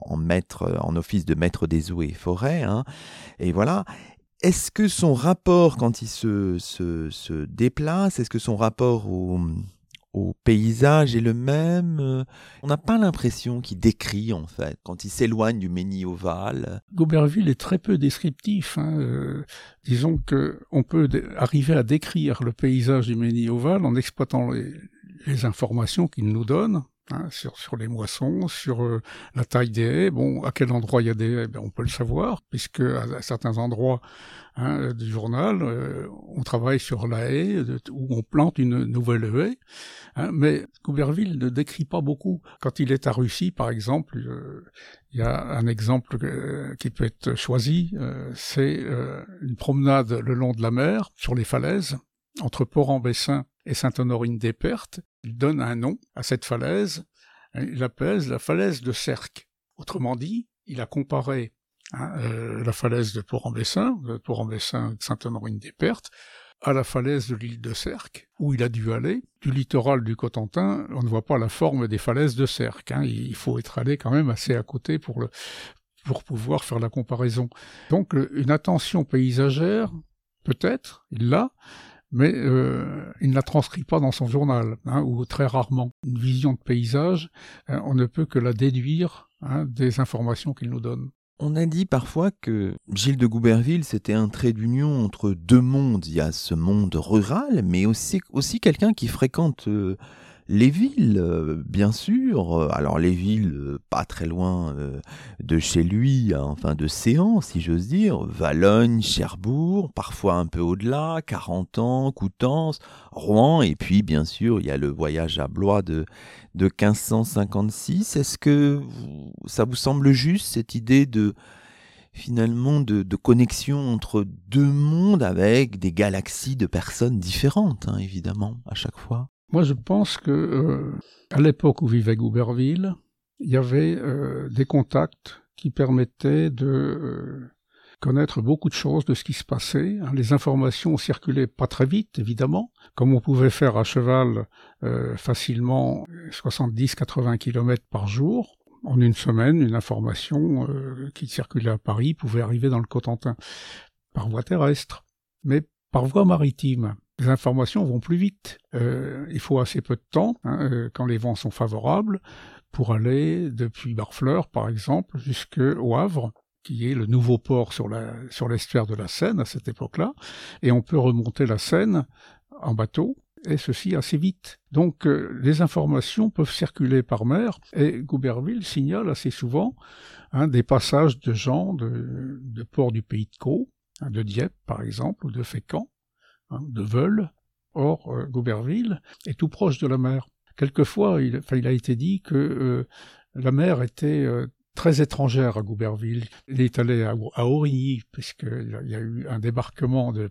en office de maître des eaux et forêts, et voilà. Est-ce que son rapport, quand il se déplace, est-ce que son rapport au paysage est le même. On n'a pas l'impression qu'il décrit, en fait, quand il s'éloigne du Ménil-Oval. Gouberville est très peu descriptif. Disons qu'on peut arriver à décrire le paysage du Ménil-Oval en exploitant les informations qu'il nous donne. Sur les moissons, sur la taille des haies. Bon, à quel endroit il y a des haies, on peut le savoir, puisque à certains endroits du journal, on travaille sur la haie, où on plante une nouvelle haie. Mais Gouberville ne décrit pas beaucoup. Quand il est à Russie, par exemple, il y a un exemple qui peut être choisi, c'est une promenade le long de la mer, sur les falaises, entre Port-en-Bessin et Sainte-Honorine-des-Pertes. Il donne un nom à cette falaise, il l'appelle la falaise de Sercq. Autrement dit, il a comparé la falaise de Port-en-Bessin, Sainte-Honorine-des-Pertes, à la falaise de l'île de Sercq, où il a dû aller. Du littoral du Cotentin, on ne voit pas la forme des falaises de Sercq. Il faut être allé quand même assez à côté pour pouvoir faire la comparaison. Donc une attention paysagère, peut-être, il l'a, mais il ne la transcrit pas dans son journal, ou très rarement. Une vision de paysage, on ne peut que la déduire des informations qu'il nous donne. On a dit parfois que Gilles de Gouberville, c'était un trait d'union entre deux mondes. Il y a ce monde rural, mais aussi quelqu'un qui fréquente les villes, bien sûr. Alors les villes, pas très loin de chez lui, enfin de Séan, si j'ose dire. Valognes, Cherbourg, parfois un peu au-delà, Carentan, Coutances, Rouen. Et puis, bien sûr, il y a le voyage à Blois de 1556. Est-ce que ça vous semble juste, cette idée finalement de connexion entre deux mondes avec des galaxies de personnes différentes, évidemment, à chaque fois? Moi, je pense que à l'époque où vivait Gouberville, il y avait des contacts qui permettaient de connaître beaucoup de choses de ce qui se passait. Les informations circulaient pas très vite, évidemment, comme on pouvait faire à cheval facilement 70-80 km par jour. En une semaine, une information qui circulait à Paris pouvait arriver dans le Cotentin par voie terrestre, mais par voie maritime. Les informations vont plus vite. Il faut assez peu de temps, quand les vents sont favorables, pour aller depuis Barfleur, par exemple, jusqu'au Havre, qui est le nouveau port sur l'estuaire de la Seine à cette époque-là, et on peut remonter la Seine en bateau, et ceci assez vite. Donc les informations peuvent circuler par mer, et Gouberville signale assez souvent des passages de gens de ports du Pays de Caux, de Dieppe par exemple, ou de Fécamp, de Veules. Or, Gouberville est tout proche de la mer. Quelquefois, il a été dit que la mer était très étrangère à Gouberville. Il est allé à Aurigny, puisqu'il y a eu un débarquement de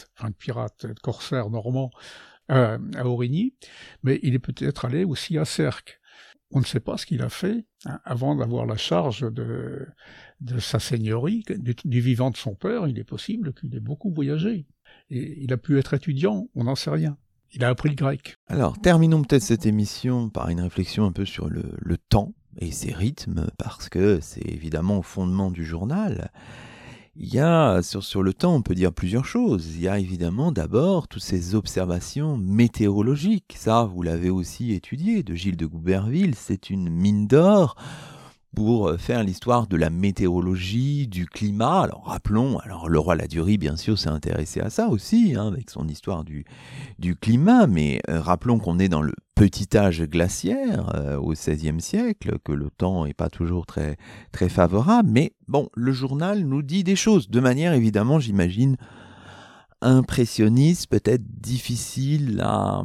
corsaires normands à Aurigny, mais il est peut-être allé aussi à Sercq. On ne sait pas ce qu'il a fait avant d'avoir la charge de sa seigneurie, du vivant de son père. Il est possible qu'il ait beaucoup voyagé. Et il a pu être étudiant, on n'en sait rien. Il a appris le grec. Alors, terminons peut-être cette émission par une réflexion un peu sur le temps et ses rythmes, parce que c'est évidemment au fondement du journal. Il y a, sur le temps, on peut dire plusieurs choses. Il y a évidemment d'abord toutes ces observations météorologiques. Ça, vous l'avez aussi étudié, de Gilles de Gouberville. C'est une mine d'or pour faire l'histoire de la météorologie, du climat. Alors rappelons, le roi Ladurie, bien sûr, s'est intéressé à ça aussi, avec son histoire du climat, mais rappelons qu'on est dans le petit âge glaciaire au XVIe siècle, que le temps n'est pas toujours très, très favorable, mais bon, le journal nous dit des choses, de manière évidemment, j'imagine, impressionniste, peut-être difficile à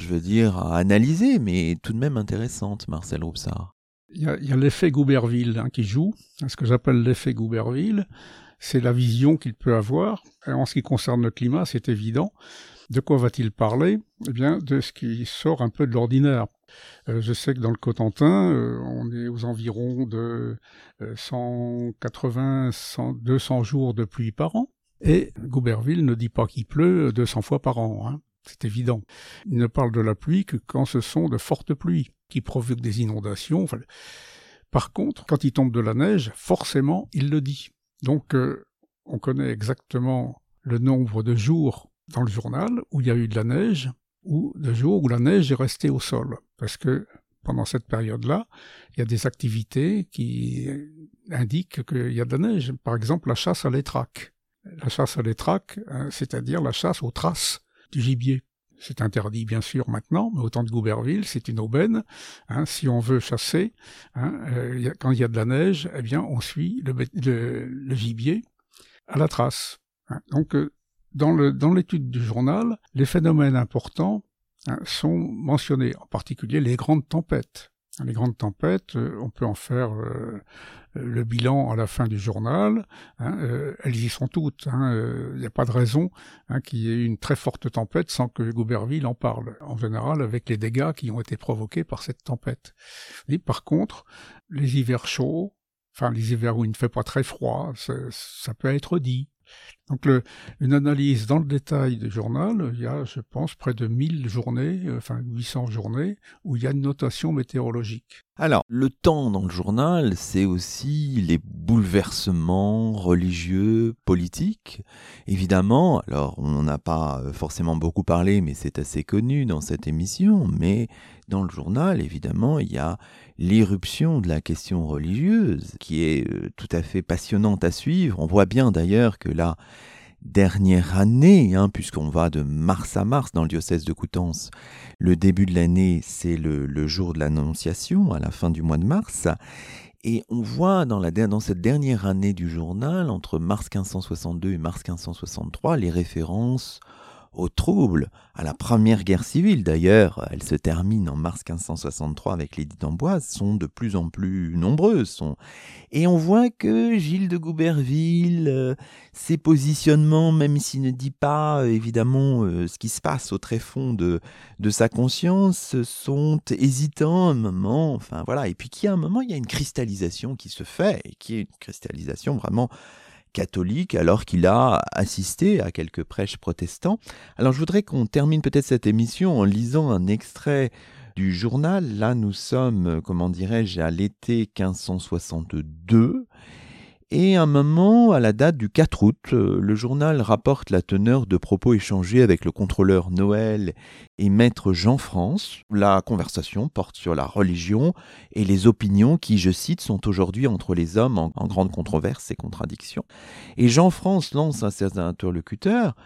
analyser, mais tout de même intéressante, Marcel Robsart. Il y a l'effet Gouberville qui joue, ce que j'appelle l'effet Gouberville, c'est la vision qu'il peut avoir. Et en ce qui concerne le climat, c'est évident. De quoi va-t-il parler ? Eh bien, de ce qui sort un peu de l'ordinaire. Je sais que dans le Cotentin, on est aux environs de 200 jours de pluie par an. Et Gouberville ne dit pas qu'il pleut 200 fois par an, c'est évident. Il ne parle de la pluie que quand ce sont de fortes pluies qui provoquent des inondations. Par contre, quand il tombe de la neige, forcément, il le dit. Donc, on connaît exactement le nombre de jours dans le journal où il y a eu de la neige, ou de jours où la neige est restée au sol. Parce que pendant cette période-là, il y a des activités qui indiquent qu'il y a de la neige. Par exemple, la chasse à l'étraque. La chasse à l'étraque, c'est-à-dire la chasse aux traces du gibier. C'est interdit bien sûr maintenant, mais au temps de Gouberville, c'est une aubaine. Si on veut chasser, quand il y a de la neige, eh bien on suit le gibier à la trace. Donc dans l'étude du journal, les phénomènes importants sont mentionnés, en particulier les grandes tempêtes. Les grandes tempêtes, on peut en faire le bilan à la fin du journal. Elles y sont toutes. Il n'y a pas de raison qu'il y ait une très forte tempête sans que Gouberville en parle. En général, avec les dégâts qui ont été provoqués par cette tempête. Et par contre, les hivers chauds, les hivers où il ne fait pas très froid, ça peut être dit. Donc une analyse dans le détail du journal, il y a, je pense, près de 1000 journées, 800 journées, où il y a une notation météorologique. Alors, le temps dans le journal, c'est aussi les bouleversements religieux, politiques. Évidemment, alors on n'a pas forcément beaucoup parlé, mais c'est assez connu dans cette émission, mais dans le journal, évidemment, il y a l'éruption de la question religieuse, qui est tout à fait passionnante à suivre. On voit bien d'ailleurs que la dernière année, puisqu'on va de mars à mars dans le diocèse de Coutances, le début de l'année, c'est le jour de l'Annonciation, à la fin du mois de mars. Et on voit dans cette dernière année du journal, entre mars 1562 et mars 1563, les références aux troubles, à la première guerre civile. D'ailleurs, elle se termine en mars 1563 avec l'édit d'Amboise, sont de plus en plus nombreuses. Et on voit que Gilles de Gouberville, ses positionnements, même s'il ne dit pas évidemment ce qui se passe au tréfonds de sa conscience, sont hésitants un moment. Et puis qu'il y a un moment, il y a une cristallisation qui se fait, et qui est une cristallisation vraiment catholique, alors qu'il a assisté à quelques prêches protestants. Alors je voudrais qu'on termine peut-être cette émission en lisant un extrait du journal. Là, nous sommes, à l'été 1562. Et à un moment, à la date du 4 août, le journal rapporte la teneur de propos échangés avec le contrôleur Noël et maître Jean-France. La conversation porte sur la religion et les opinions qui, je cite, sont aujourd'hui entre les hommes en grande controverse et contradiction. Et Jean-France lance à ses interlocuteurs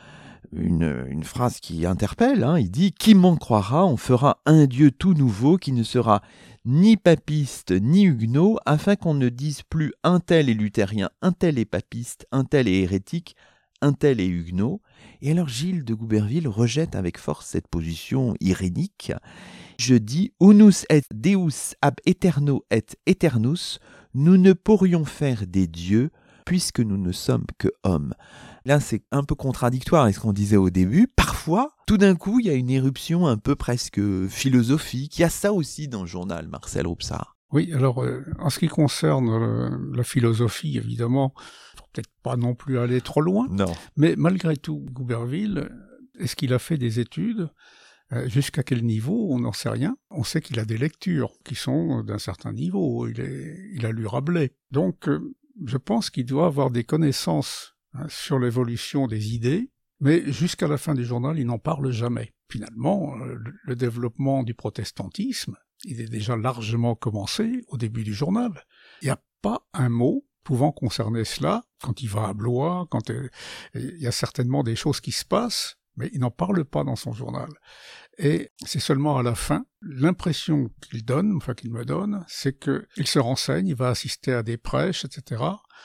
une phrase qui interpelle, il dit « Qui m'en croira, on fera un Dieu tout nouveau qui ne sera ni papiste ni huguenot, afin qu'on ne dise plus un tel est luthérien, un tel est papiste, un tel est hérétique, un tel est huguenot. » Et alors Gilles de Gouberville rejette avec force cette position irénique. Je dis « Unus et Deus ab eterno et eternus, nous ne pourrions faire des dieux, puisque nous ne sommes que hommes. » Là, c'est un peu contradictoire avec ce qu'on disait au début. Parfois, tout d'un coup, il y a une éruption un peu presque philosophique. Il y a ça aussi dans le journal, Marcel Roupsart. Oui, alors, en ce qui concerne la philosophie, évidemment, il ne faut peut-être pas non plus aller trop loin. Non. Mais malgré tout, Gouberville, est-ce qu'il a fait des études ? Jusqu'à quel niveau, on n'en sait rien. On sait qu'il a des lectures qui sont d'un certain niveau. Il a lu Rabelais. Donc, je pense qu'il doit avoir des connaissances sur l'évolution des idées, mais jusqu'à la fin du journal, il n'en parle jamais. Finalement, le développement du protestantisme, il est déjà largement commencé au début du journal. Il n'y a pas un mot pouvant concerner cela. Quand il va à Blois, il y a certainement des choses qui se passent, mais il n'en parle pas dans son journal. Et c'est seulement à la fin, l'impression qu'il me donne, c'est qu'il se renseigne, il va assister à des prêches, etc.,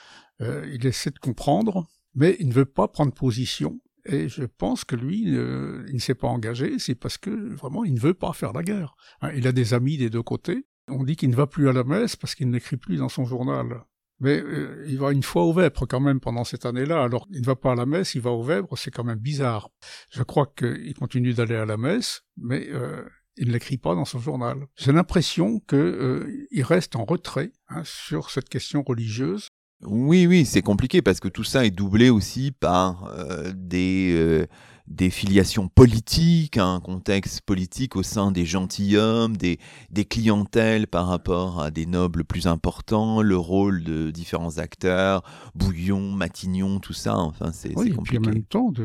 il essaie de comprendre, mais il ne veut pas prendre position. Et je pense que lui, il ne s'est pas engagé, c'est parce que vraiment, il ne veut pas faire la guerre. Il a des amis des deux côtés. On dit qu'il ne va plus à la messe parce qu'il n'écrit plus dans son journal. Mais il va une fois au Vêpres quand même pendant cette année-là. Alors, il ne va pas à la messe, il va au Vêpres, c'est quand même bizarre. Je crois qu'il continue d'aller à la messe, mais il ne l'écrit pas dans son journal. J'ai l'impression qu'il reste en retrait sur cette question religieuse. Oui, c'est compliqué parce que tout ça est doublé aussi par des des filiations politiques, un contexte politique au sein des gentilshommes, des clientèles par rapport à des nobles plus importants, le rôle de différents acteurs, Bouillon, Matignon, tout ça, enfin c'est Oui, compliqué. Et puis en même temps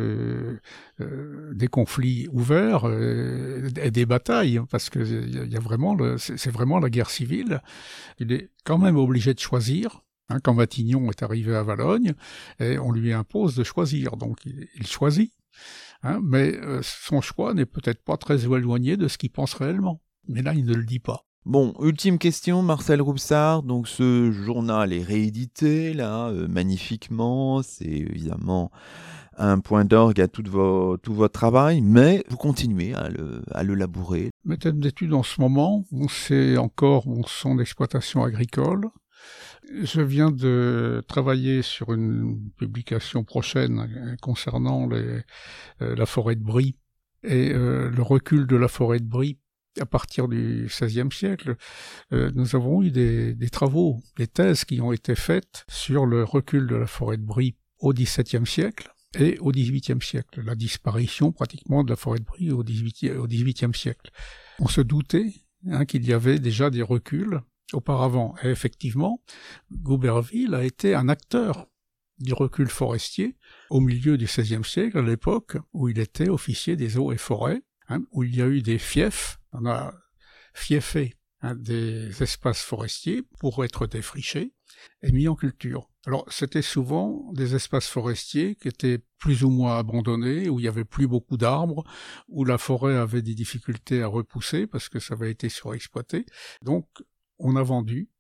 des conflits ouverts et des batailles, parce que il y a vraiment c'est vraiment la guerre civile. Il est quand même obligé de choisir. Quand Matignon est arrivé à Valognes, et on lui impose de choisir, donc il choisit. Mais son choix n'est peut-être pas très éloigné de ce qu'il pense réellement. Mais là, il ne le dit pas. Bon, ultime question, Marcel Roubsart. Donc ce journal est réédité, là, magnifiquement. C'est évidemment un point d'orgue à tout votre travail, mais vous continuez à le labourer. Mes thèmes d'études en ce moment, c'est encore son exploitation agricole. Je viens de travailler sur une publication prochaine concernant la forêt de Brie et le recul de la forêt de Brie à partir du XVIe siècle. Nous avons eu des travaux, des thèses qui ont été faites sur le recul de la forêt de Brie au XVIIe siècle et au XVIIIe siècle, la disparition pratiquement de la forêt de Brie au XVIIIe siècle. On se doutait qu'il y avait déjà des reculs auparavant. Et effectivement, Gouberville a été un acteur du recul forestier au milieu du XVIe siècle, à l'époque où il était officier des eaux et forêts, où il y a eu des fiefs. On a fiefé des espaces forestiers pour être défrichés et mis en culture. Alors, c'était souvent des espaces forestiers qui étaient plus ou moins abandonnés, où il y avait plus beaucoup d'arbres, où la forêt avait des difficultés à repousser parce que ça avait été surexploité. Donc, on a vendu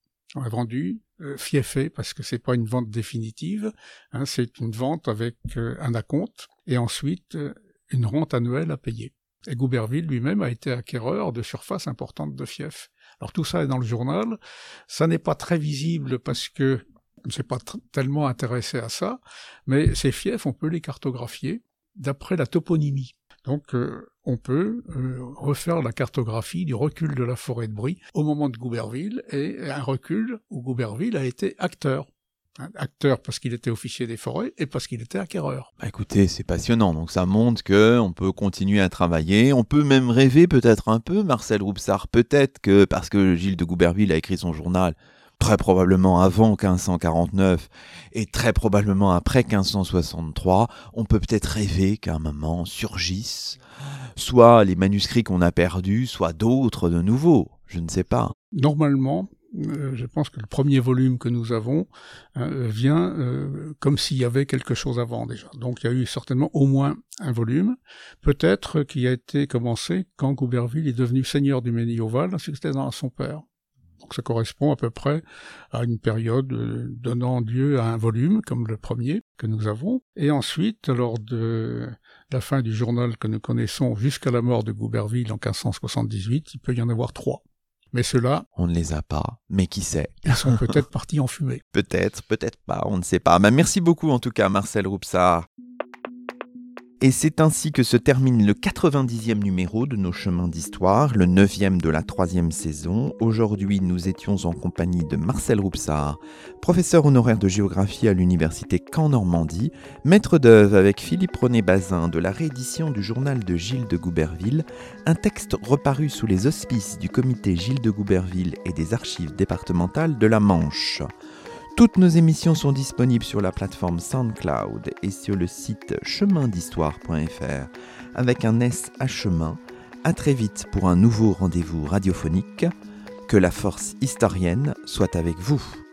fiefé, parce que c'est pas une vente définitive, c'est une vente avec un acompte, et ensuite une rente annuelle à payer. Et Gouberville lui-même a été acquéreur de surfaces importantes de fiefs. Alors tout ça est dans le journal, ça n'est pas très visible parce que je ne suis pas tellement intéressé à ça, mais ces fiefs, on peut les cartographier d'après la toponymie. Donc on peut refaire la cartographie du recul de la forêt de Brie au moment de Gouberville, et un recul où Gouberville a été acteur. Acteur parce qu'il était officier des forêts et parce qu'il était acquéreur. Écoutez, c'est passionnant, donc ça montre qu'on peut continuer à travailler, on peut même rêver peut-être un peu, Marcel Roubsart, peut-être que parce que Gilles de Gouberville a écrit son journal très probablement avant 1549 et très probablement après 1563, on peut peut-être rêver qu'à un moment surgissent soit les manuscrits qu'on a perdus, soit d'autres de nouveaux, je ne sais pas. Normalement, je pense que le premier volume que nous avons vient comme s'il y avait quelque chose avant déjà. Donc il y a eu certainement au moins un volume, peut-être qui a été commencé quand Gouberville est devenu seigneur du Ménil-au-Val, succédant à son père. Donc ça correspond à peu près à une période donnant lieu à un volume, comme le premier que nous avons. Et ensuite, lors de la fin du journal que nous connaissons jusqu'à la mort de Gouberville en 1578, il peut y en avoir 3. Mais ceux-là, on ne les a pas, mais qui sait? Ils sont peut-être partis en fumée. Peut-être pas, on ne sait pas. Merci beaucoup en tout cas, Marcel Roubsart. Et c'est ainsi que se termine le 90e numéro de nos chemins d'histoire, le 9e de la 3e saison. Aujourd'hui, nous étions en compagnie de Marcel Roubsart, professeur honoraire de géographie à l'université Caen-Normandie, maître d'œuvre avec Philippe René-Bazin de la réédition du journal de Gilles de Gouberville, un texte reparu sous les auspices du comité Gilles de Gouberville et des archives départementales de la Manche. Toutes nos émissions sont disponibles sur la plateforme SoundCloud et sur le site chemindhistoire.fr avec un S à chemin. À très vite pour un nouveau rendez-vous radiophonique. Que la force historienne soit avec vous.